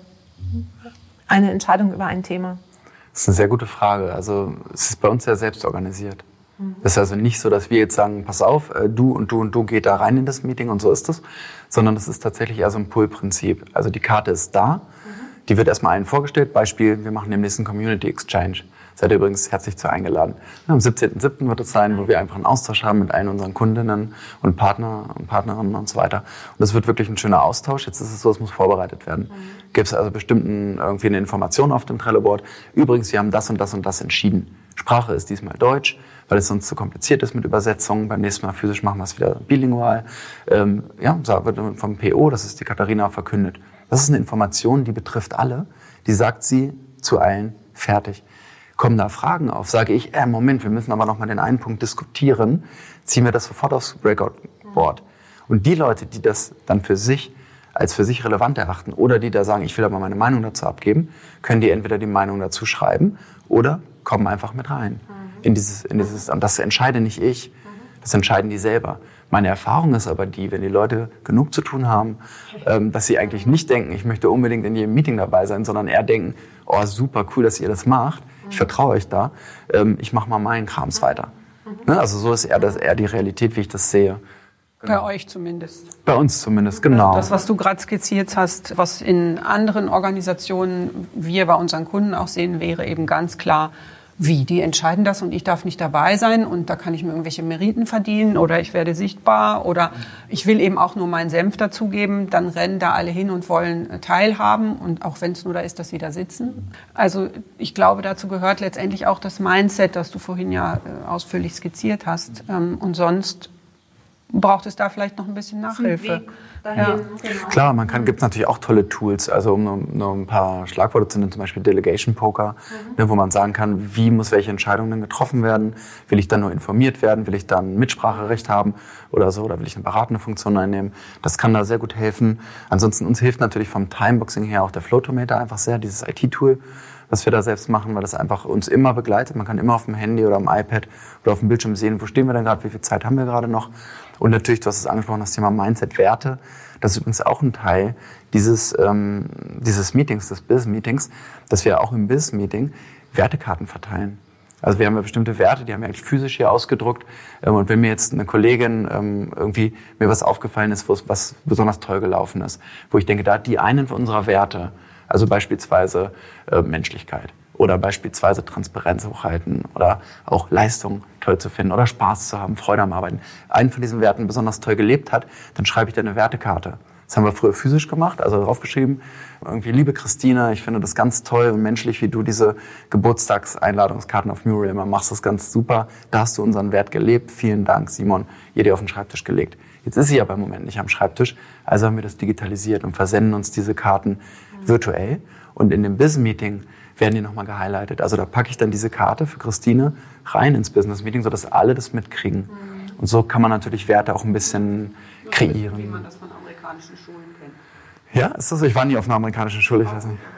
eine Entscheidung über ein Thema? Das ist eine sehr gute Frage. Also es ist bei uns sehr selbst organisiert. Das ist also nicht so, dass wir jetzt sagen, pass auf, du und du und du geht da rein in das Meeting und so ist es, sondern das ist tatsächlich eher so ein Pull-Prinzip. Also die Karte ist da, die wird erstmal allen vorgestellt. Beispiel, wir machen demnächst einen Community Exchange. Seid ihr übrigens herzlich zu eingeladen. Am siebzehnten siebten wird es sein, wo wir einfach einen Austausch haben mit allen unseren Kundinnen und Partner und Partnerinnen und so weiter. Und das wird wirklich ein schöner Austausch. Jetzt ist es so, es muss vorbereitet werden. Mhm. Gibt es also bestimmt irgendwie eine Information auf dem Trello-Board. Übrigens, wir haben das und das und das entschieden. Sprache ist diesmal Deutsch, weil es sonst zu kompliziert ist mit Übersetzungen. Beim nächsten Mal physisch machen wir es wieder bilingual. Ähm, ja, so wird vom P O, das ist die Katharina, verkündet. Das ist eine Information, die betrifft alle. Die sagt sie zu allen fertig. Kommen da Fragen auf, sage ich, äh, Moment, wir müssen aber noch mal den einen Punkt diskutieren, ziehen wir das sofort aufs Breakout-Board. Und die Leute, die das dann für sich als für sich relevant erachten oder die da sagen, ich will aber meine Meinung dazu abgeben, können die entweder die Meinung dazu schreiben oder kommen einfach mit rein. In dieses, in dieses, und das entscheide nicht ich, das entscheiden die selber. Meine Erfahrung ist aber die, wenn die Leute genug zu tun haben, ähm, dass sie eigentlich nicht denken, ich möchte unbedingt in jedem Meeting dabei sein, sondern eher denken, oh super, cool, dass ihr das macht, ich vertraue euch da, ähm, ich mache mal meinen Krams weiter. Ne? Also so ist eher, das, eher die Realität, wie ich das sehe. Genau. Bei euch zumindest. Bei uns zumindest, genau. Das, was du gerade skizziert hast, was in anderen Organisationen wir bei unseren Kunden auch sehen, wäre eben ganz klar, wie, die entscheiden das und ich darf nicht dabei sein und da kann ich mir irgendwelche Meriten verdienen oder ich werde sichtbar oder ich will eben auch nur meinen Senf dazugeben, dann rennen da alle hin und wollen teilhaben und auch wenn es nur da ist, dass sie da sitzen. Also ich glaube, dazu gehört letztendlich auch das Mindset, das du vorhin ja ausführlich skizziert hast und sonst braucht es da vielleicht noch ein bisschen Nachhilfe. Ja. Genau. Klar, man kann, gibt natürlich auch tolle Tools, also um nur, nur ein paar Schlagworte zu nennen, zum Beispiel Delegation Poker, mhm. ne, wo man sagen kann, wie muss welche Entscheidung denn getroffen werden? Will ich dann nur informiert werden? Will ich dann Mitspracherecht haben oder so? Oder will ich eine beratende Funktion einnehmen? Das kann da sehr gut helfen. Ansonsten uns hilft natürlich vom Timeboxing her auch der Flowtometer einfach sehr, dieses I T-Tool, was wir da selbst machen, weil das einfach uns immer begleitet. Man kann immer auf dem Handy oder am iPad oder auf dem Bildschirm sehen, wo stehen wir denn gerade, wie viel Zeit haben wir gerade noch. Und natürlich, du hast es angesprochen, das Thema Mindset, Werte. Das ist übrigens auch ein Teil dieses, ähm, dieses Meetings, des Business-Meetings, dass wir auch im Business-Meeting Wertekarten verteilen. Also wir haben ja bestimmte Werte, die haben wir eigentlich physisch hier ausgedruckt. Ähm, und wenn mir jetzt eine Kollegin ähm, irgendwie mir was aufgefallen ist, wo es was besonders toll gelaufen ist, wo ich denke, da hat die einen unserer Werte, also beispielsweise äh, Menschlichkeit oder beispielsweise Transparenz hochhalten oder auch Leistung toll zu finden oder Spaß zu haben, Freude am Arbeiten, einen von diesen Werten besonders toll gelebt hat, dann schreibe ich da eine Wertekarte. Das haben wir früher physisch gemacht, also draufgeschrieben, irgendwie, liebe Christine, ich finde das ganz toll und menschlich, wie du diese Geburtstagseinladungskarten auf Mural immer machst, das ganz super. Da hast du unseren Wert gelebt. Vielen Dank, Simon. Ihr dir auf den Schreibtisch gelegt. Jetzt ist sie aber im Moment nicht am Schreibtisch, also haben wir das digitalisiert und versenden uns diese Karten virtuell. Und in dem Business-Meeting werden die nochmal gehighlightet. Also da packe ich dann diese Karte für Christine rein ins Business-Meeting, sodass alle das mitkriegen. Mhm. Und so kann man natürlich Werte auch ein bisschen so kreieren. Wie man das von amerikanischen Schulen kennt. Ja, ist das so? Ich war nie auf einer amerikanischen Schule, ich weiß nicht.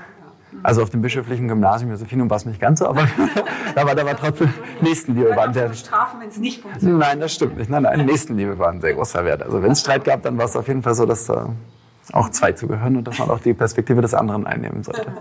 Also auf dem bischöflichen Gymnasium Josephinum war es nicht ganz so, aber da war, da war trotzdem Nächstenliebe. Waren sehr, Strafen, wenn es nicht funktioniert. Nein, das stimmt nicht. Nein, nein, Nächstenliebe war ein sehr großer Wert. Also wenn es Streit gab, dann war es auf jeden Fall so, dass da auch zwei zugehören und dass man auch die Perspektive des anderen einnehmen sollte.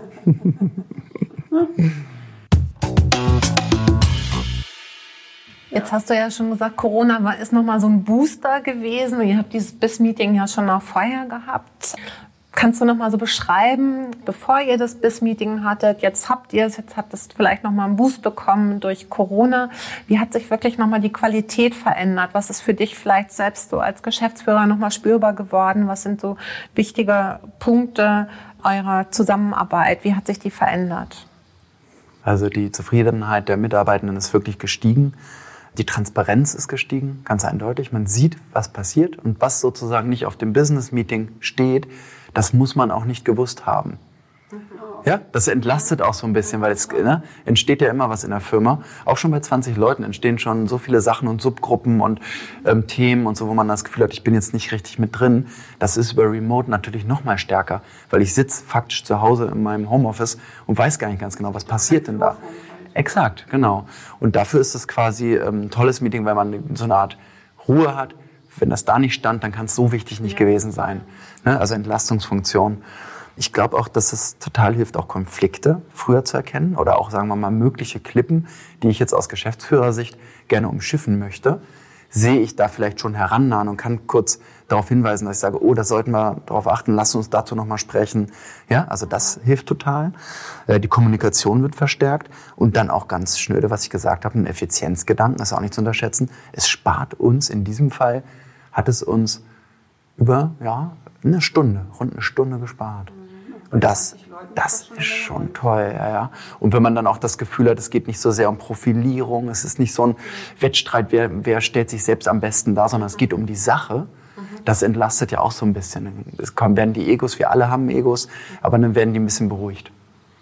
Jetzt hast du ja schon gesagt, Corona war, ist nochmal so ein Booster gewesen. Ihr habt dieses B I S-Meeting ja schon noch vorher gehabt. Kannst du nochmal so beschreiben, bevor ihr das B I S-Meeting hattet, jetzt habt ihr es, jetzt habt es vielleicht nochmal einen Boost bekommen durch Corona. Wie hat sich wirklich nochmal die Qualität verändert? Was ist für dich vielleicht selbst so als Geschäftsführer nochmal spürbar geworden? Was sind so wichtige Punkte eurer Zusammenarbeit? Wie hat sich die verändert? Also die Zufriedenheit der Mitarbeitenden ist wirklich gestiegen. Die Transparenz ist gestiegen, ganz eindeutig. Man sieht, was passiert und was sozusagen nicht auf dem Business-Meeting steht, das muss man auch nicht gewusst haben. Ja, das entlastet auch so ein bisschen, weil es ne, entsteht ja immer was in der Firma. Auch schon bei zwanzig Leuten entstehen schon so viele Sachen und Subgruppen und ähm, Themen und so, wo man das Gefühl hat, ich bin jetzt nicht richtig mit drin. Das ist über Remote natürlich noch mal stärker, weil ich sitze faktisch zu Hause in meinem Homeoffice und weiß gar nicht ganz genau, was passiert denn da. Exakt, genau. Und dafür ist es quasi ähm, ein tolles Meeting, weil man so eine Art Ruhe hat. Wenn das da nicht stand, dann kann es so wichtig nicht gewesen sein. Ne? Also Entlastungsfunktion. Ich glaube auch, dass es total hilft, auch Konflikte früher zu erkennen oder auch, sagen wir mal, mögliche Klippen, die ich jetzt aus Geschäftsführersicht gerne umschiffen möchte, sehe ich da vielleicht schon herannahen und kann kurz darauf hinweisen, dass ich sage, oh, da sollten wir darauf achten, lass uns dazu nochmal sprechen. Ja, also das hilft total. Die Kommunikation wird verstärkt und dann auch ganz schnöde, was ich gesagt habe, ein Effizienzgedanken, das ist auch nicht zu unterschätzen. Es spart uns, in diesem Fall hat es uns über ja, eine Stunde, rund eine Stunde gespart. Und das, das ist schon toll, ja, ja. Und wenn man dann auch das Gefühl hat, es geht nicht so sehr um Profilierung, es ist nicht so ein Wettstreit, wer, wer stellt sich selbst am besten dar, sondern es geht um die Sache. Das entlastet ja auch so ein bisschen. Es kommen, werden die Egos, wir alle haben Egos, aber dann werden die ein bisschen beruhigt.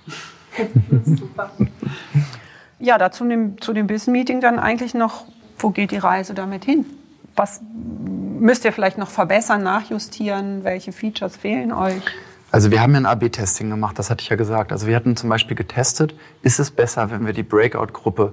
Super. Ja, dazu dem, zu dem B I S-Meeting dann eigentlich noch, wo geht die Reise damit hin? Was müsst ihr vielleicht noch verbessern, nachjustieren? Welche Features fehlen euch? Also wir haben ja ein A B Testing gemacht, das hatte ich ja gesagt. Also wir hatten zum Beispiel getestet, ist es besser, wenn wir die Breakout-Gruppe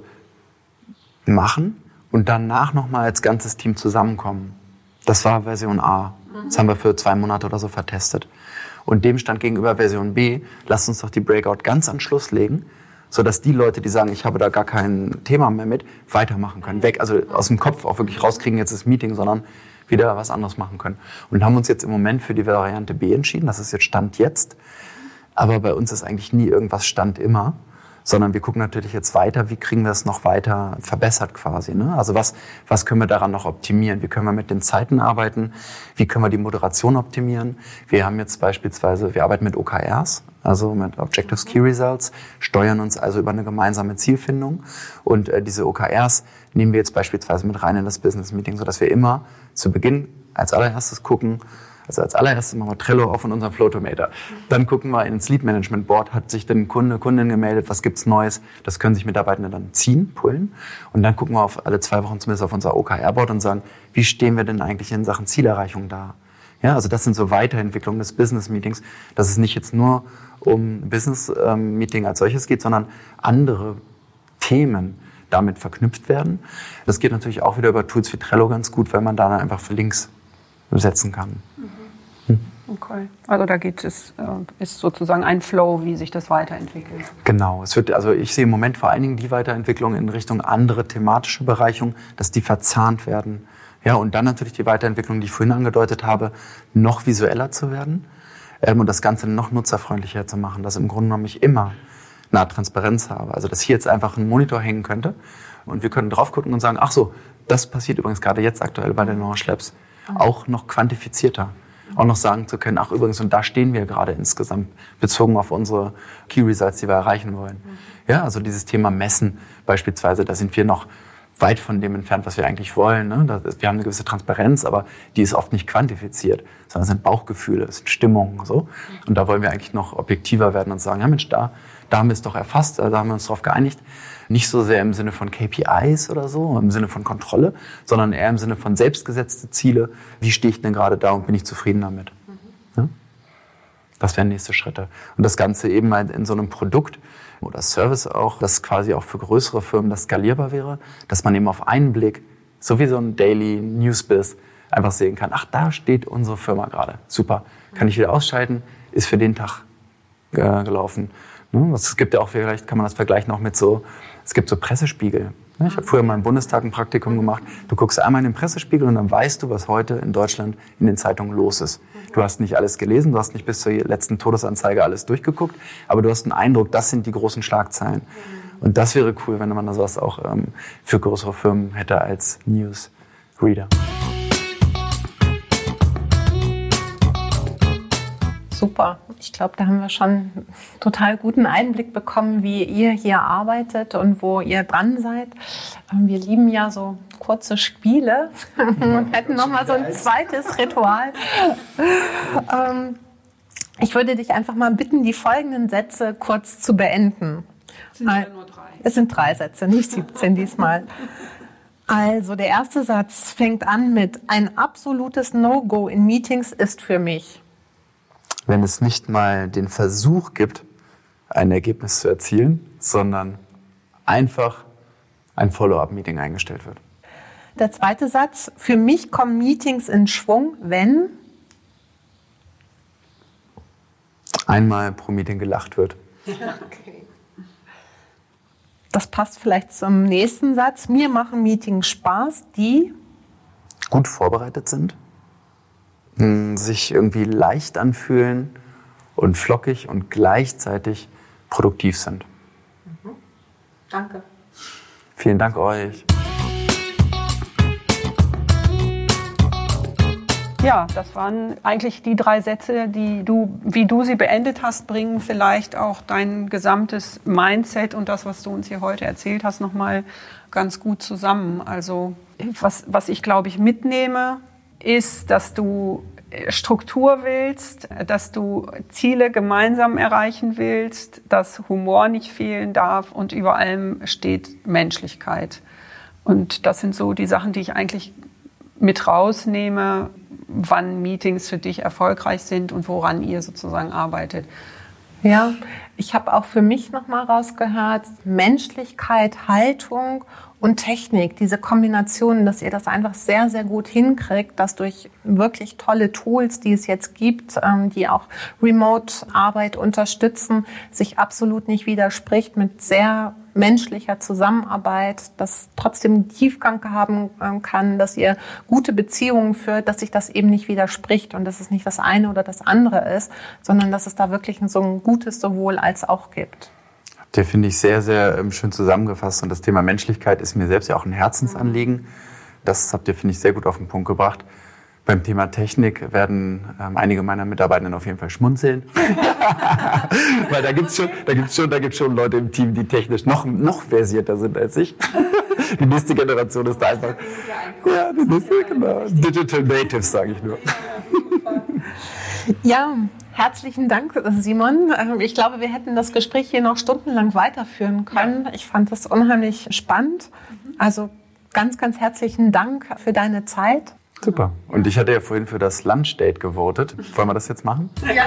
machen und danach nochmal als ganzes Team zusammenkommen. Das war Version A. Das haben wir für zwei Monate oder so vertestet. Und dem stand gegenüber Version B, lasst uns doch die Breakout ganz an Schluss legen, sodass die Leute, die sagen, ich habe da gar kein Thema mehr mit, weitermachen können. Weg, also aus dem Kopf auch wirklich rauskriegen, jetzt das Meeting, sondern wieder was anderes machen können. Und haben uns jetzt im Moment für die Variante B entschieden. Das ist jetzt Stand jetzt. Aber bei uns ist eigentlich nie irgendwas Stand immer. Sondern wir gucken natürlich jetzt weiter, wie kriegen wir es noch weiter verbessert quasi. Ne? Also was, was können wir daran noch optimieren? Wie können wir mit den Zeiten arbeiten? Wie können wir die Moderation optimieren? Wir haben jetzt beispielsweise, wir arbeiten mit O K Rs, also mit Objectives Key Results, steuern uns also über eine gemeinsame Zielfindung. Und äh, diese O K Rs nehmen wir jetzt beispielsweise mit rein in das Business Meeting, sodass wir immer zu Beginn als allererstes gucken, also als allererstes machen wir Trello auf und unseren Flowtomator. Dann gucken wir ins Lead Management Board, hat sich denn Kunde, Kundin gemeldet, was gibt's Neues? Das können sich Mitarbeitende dann ziehen, pullen. Und dann gucken wir auf alle zwei Wochen zumindest auf unser O K R-Board und sagen, wie stehen wir denn eigentlich in Sachen Zielerreichung da? Ja, also das sind so Weiterentwicklungen des Business Meetings, dass es nicht jetzt nur um Business Meeting als solches geht, sondern andere Themen damit verknüpft werden. Das geht natürlich auch wieder über Tools wie Trello ganz gut, weil man da dann einfach Links setzen kann. Mhm. Okay. Also da geht es, ist sozusagen ein Flow, wie sich das weiterentwickelt. Genau. Es wird, also ich sehe im Moment vor allen Dingen die Weiterentwicklung in Richtung andere thematische Bereiche, dass die verzahnt werden. Ja, und dann natürlich die Weiterentwicklung, die ich vorhin angedeutet habe, noch visueller zu werden ähm, und das Ganze noch nutzerfreundlicher zu machen, dass im Grunde genommen ich immer eine Transparenz habe. Also dass hier jetzt einfach ein Monitor hängen könnte und wir können drauf gucken und sagen, ach so, das passiert übrigens gerade jetzt aktuell bei den Launch Labs. Auch noch quantifizierter. Auch noch sagen zu können, ach übrigens, und da stehen wir gerade insgesamt, bezogen auf unsere Key Results, die wir erreichen wollen. Ja, also dieses Thema Messen beispielsweise, da sind wir noch weit von dem entfernt, was wir eigentlich wollen. Ne? Wir haben eine gewisse Transparenz, aber die ist oft nicht quantifiziert, sondern es sind Bauchgefühle, es sind Stimmungen. So. Und da wollen wir eigentlich noch objektiver werden und sagen, ja Mensch, da, da haben wir es doch erfasst, da haben wir uns darauf geeinigt. Nicht so sehr im Sinne von K P Is oder so, im Sinne von Kontrolle, sondern eher im Sinne von selbstgesetzte Ziele. Wie stehe ich denn gerade da und bin ich zufrieden damit? Mhm. Ja? Das wären nächste Schritte. Und das Ganze eben halt in so einem Produkt oder Service auch, das quasi auch für größere Firmen das skalierbar wäre, dass man eben auf einen Blick, so wie so ein Daily Newsbiz, einfach sehen kann, ach, da steht unsere Firma gerade. Super. Kann ich wieder ausschalten, ist für den Tag äh, gelaufen. Es gibt ja auch, vielleicht kann man das vergleichen auch mit so, es gibt so Pressespiegel. Ich habe früher mal im Bundestag ein Praktikum gemacht. Du guckst einmal in den Pressespiegel und dann weißt du, was heute in Deutschland in den Zeitungen los ist. Du hast nicht alles gelesen, du hast nicht bis zur letzten Todesanzeige alles durchgeguckt, aber du hast einen Eindruck, das sind die großen Schlagzeilen. Und das wäre cool, wenn man sowas auch ähm, für größere Firmen hätte als Newsreader. Super. Ich glaube, da haben wir schon einen total guten Einblick bekommen, wie ihr hier arbeitet und wo ihr dran seid. Wir lieben ja so kurze Spiele und hätten noch mal so ein zweites Ritual. Ich würde dich einfach mal bitten, die folgenden Sätze kurz zu beenden. Es sind ja nur drei. Es sind drei Sätze, nicht siebzehn diesmal. Also der erste Satz fängt an mit: Ein absolutes No-Go in Meetings ist für mich. Wenn es nicht mal den Versuch gibt, ein Ergebnis zu erzielen, sondern einfach ein Follow-up-Meeting eingestellt wird. Der zweite Satz: Für mich kommen Meetings in Schwung, wenn einmal pro Meeting gelacht wird. Okay. Das passt vielleicht zum nächsten Satz. Mir machen Meetings Spaß, die gut vorbereitet sind, sich irgendwie leicht anfühlen und flockig und gleichzeitig produktiv sind. Mhm. Danke. Vielen Dank euch. Ja, das waren eigentlich die drei Sätze, die du, wie du sie beendet hast, bringen vielleicht auch dein gesamtes Mindset und das, was du uns hier heute erzählt hast, nochmal ganz gut zusammen. Also was, was ich, glaube ich, mitnehme, ist, dass du Struktur willst, dass du Ziele gemeinsam erreichen willst, dass Humor nicht fehlen darf und über allem steht Menschlichkeit. Und das sind so die Sachen, die ich eigentlich mit rausnehme, wann Meetings für dich erfolgreich sind und woran ihr sozusagen arbeitet. Ja, ich habe auch für mich nochmal rausgehört, Menschlichkeit, Haltung und Technik, diese Kombination, dass ihr das einfach sehr, sehr gut hinkriegt, dass durch wirklich tolle Tools, die es jetzt gibt, die auch Remote-Arbeit unterstützen, sich absolut nicht widerspricht mit sehr menschlicher Zusammenarbeit, das trotzdem Tiefgang haben kann, dass ihr gute Beziehungen führt, dass sich das eben nicht widerspricht und dass es nicht das eine oder das andere ist, sondern dass es da wirklich so ein gutes sowohl als auch gibt. Der finde ich sehr, sehr ähm, schön zusammengefasst. Und das Thema Menschlichkeit ist mir selbst ja auch ein Herzensanliegen. Das habt ihr, finde ich, sehr gut auf den Punkt gebracht. Beim Thema Technik werden ähm, einige meiner Mitarbeitenden auf jeden Fall schmunzeln. Weil da gibt's schon, da gibt's schon, da gibt's schon Leute im Team, die technisch noch, noch versierter sind als ich. Die nächste Generation ist da einfach, ja, die nächste, genau. Digital Natives, sage ich nur. Ja, herzlichen Dank, Simon. Ich glaube, wir hätten das Gespräch hier noch stundenlang weiterführen können. Ich fand das unheimlich spannend. Also ganz, ganz herzlichen Dank für deine Zeit. Super. Und ich hatte ja vorhin für das Lunchdate gewotet. Wollen wir das jetzt machen? Ja.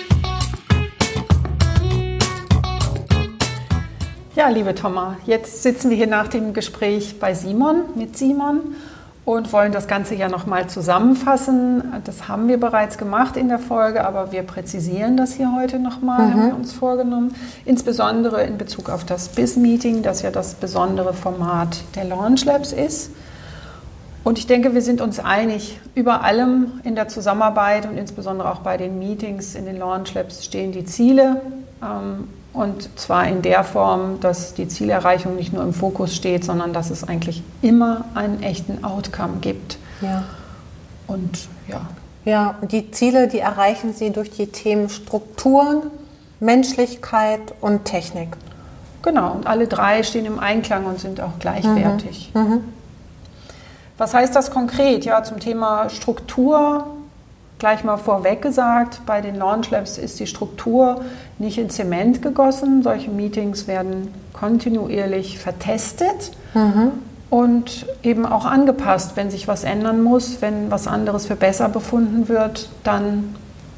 Ja, liebe Thomas, jetzt sitzen wir hier nach dem Gespräch bei Simon, mit Simon und wollen das Ganze ja nochmal zusammenfassen. Das haben wir bereits gemacht in der Folge, aber wir präzisieren das hier heute nochmal, mhm. haben wir uns vorgenommen. Insbesondere in Bezug auf das B I S-Meeting, das ja das besondere Format der Launch Labs ist. Und ich denke, wir sind uns einig, über allem in der Zusammenarbeit und insbesondere auch bei den Meetings in den Launch Labs stehen die Ziele. Ähm, und zwar in der Form, dass die Zielerreichung nicht nur im Fokus steht, sondern dass es eigentlich immer einen echten Outcome gibt. Ja. Und ja. Ja, und die Ziele, die erreichen Sie durch die Themen Strukturen, Menschlichkeit und Technik. Genau, und alle drei stehen im Einklang und sind auch gleichwertig. Mhm. Mhm. Was heißt das konkret? Ja, zum Thema Struktur gleich mal vorweg gesagt, bei den Launch Labs ist die Struktur nicht in Zement gegossen. Solche Meetings werden kontinuierlich vertestet mhm. und eben auch angepasst. Wenn sich was ändern muss, wenn was anderes für besser befunden wird, dann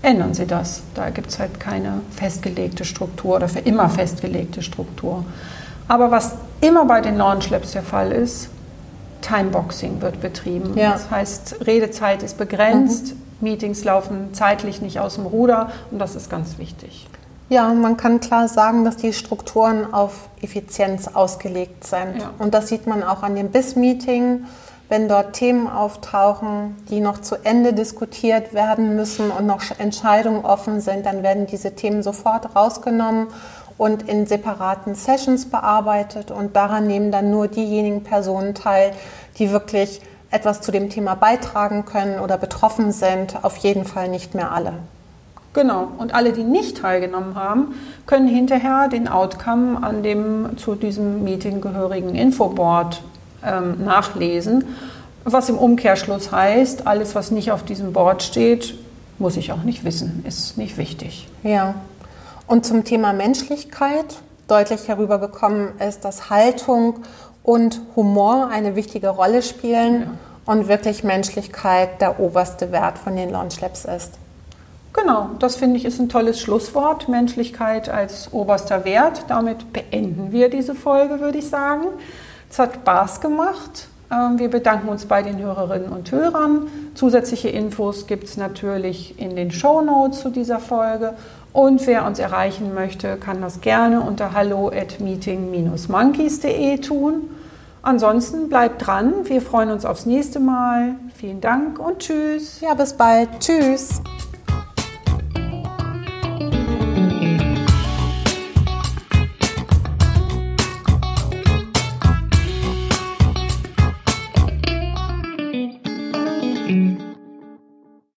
ändern Sie das. Da gibt es halt keine festgelegte Struktur oder für immer festgelegte Struktur. Aber was immer bei den Launch Labs der Fall ist, Timeboxing wird betrieben. Ja. Das heißt, Redezeit ist begrenzt, mhm. Meetings laufen zeitlich nicht aus dem Ruder und das ist ganz wichtig. Ja, man kann klar sagen, dass die Strukturen auf Effizienz ausgelegt sind. Ja. Und das sieht man auch an dem B I S-Meeting, wenn dort Themen auftauchen, die noch zu Ende diskutiert werden müssen und noch Entscheidungen offen sind, dann werden diese Themen sofort rausgenommen und in separaten Sessions bearbeitet. Und daran nehmen dann nur diejenigen Personen teil, die wirklich etwas zu dem Thema beitragen können oder betroffen sind, auf jeden Fall nicht mehr alle. Genau. Und alle, die nicht teilgenommen haben, können hinterher den Outcome an dem zu diesem Meeting gehörigen Infoboard ähm, nachlesen. Was im Umkehrschluss heißt, alles, was nicht auf diesem Board steht, muss ich auch nicht wissen, ist nicht wichtig. Ja. Und zum Thema Menschlichkeit deutlich herübergekommen ist, dass Haltung und Humor eine wichtige Rolle spielen ja. und wirklich Menschlichkeit der oberste Wert von den Launch Labs ist. Genau, das finde ich ist ein tolles Schlusswort. Menschlichkeit als oberster Wert. Damit beenden wir diese Folge, würde ich sagen. Es hat Spaß gemacht. Wir bedanken uns bei den Hörerinnen und Hörern. Zusätzliche Infos gibt es natürlich in den Shownotes zu dieser Folge. Und wer uns erreichen möchte, kann das gerne unter hallo at meeting dash monkeys punkt de tun. Ansonsten bleibt dran. Wir freuen uns aufs nächste Mal. Vielen Dank und tschüss. Ja, bis bald. Tschüss.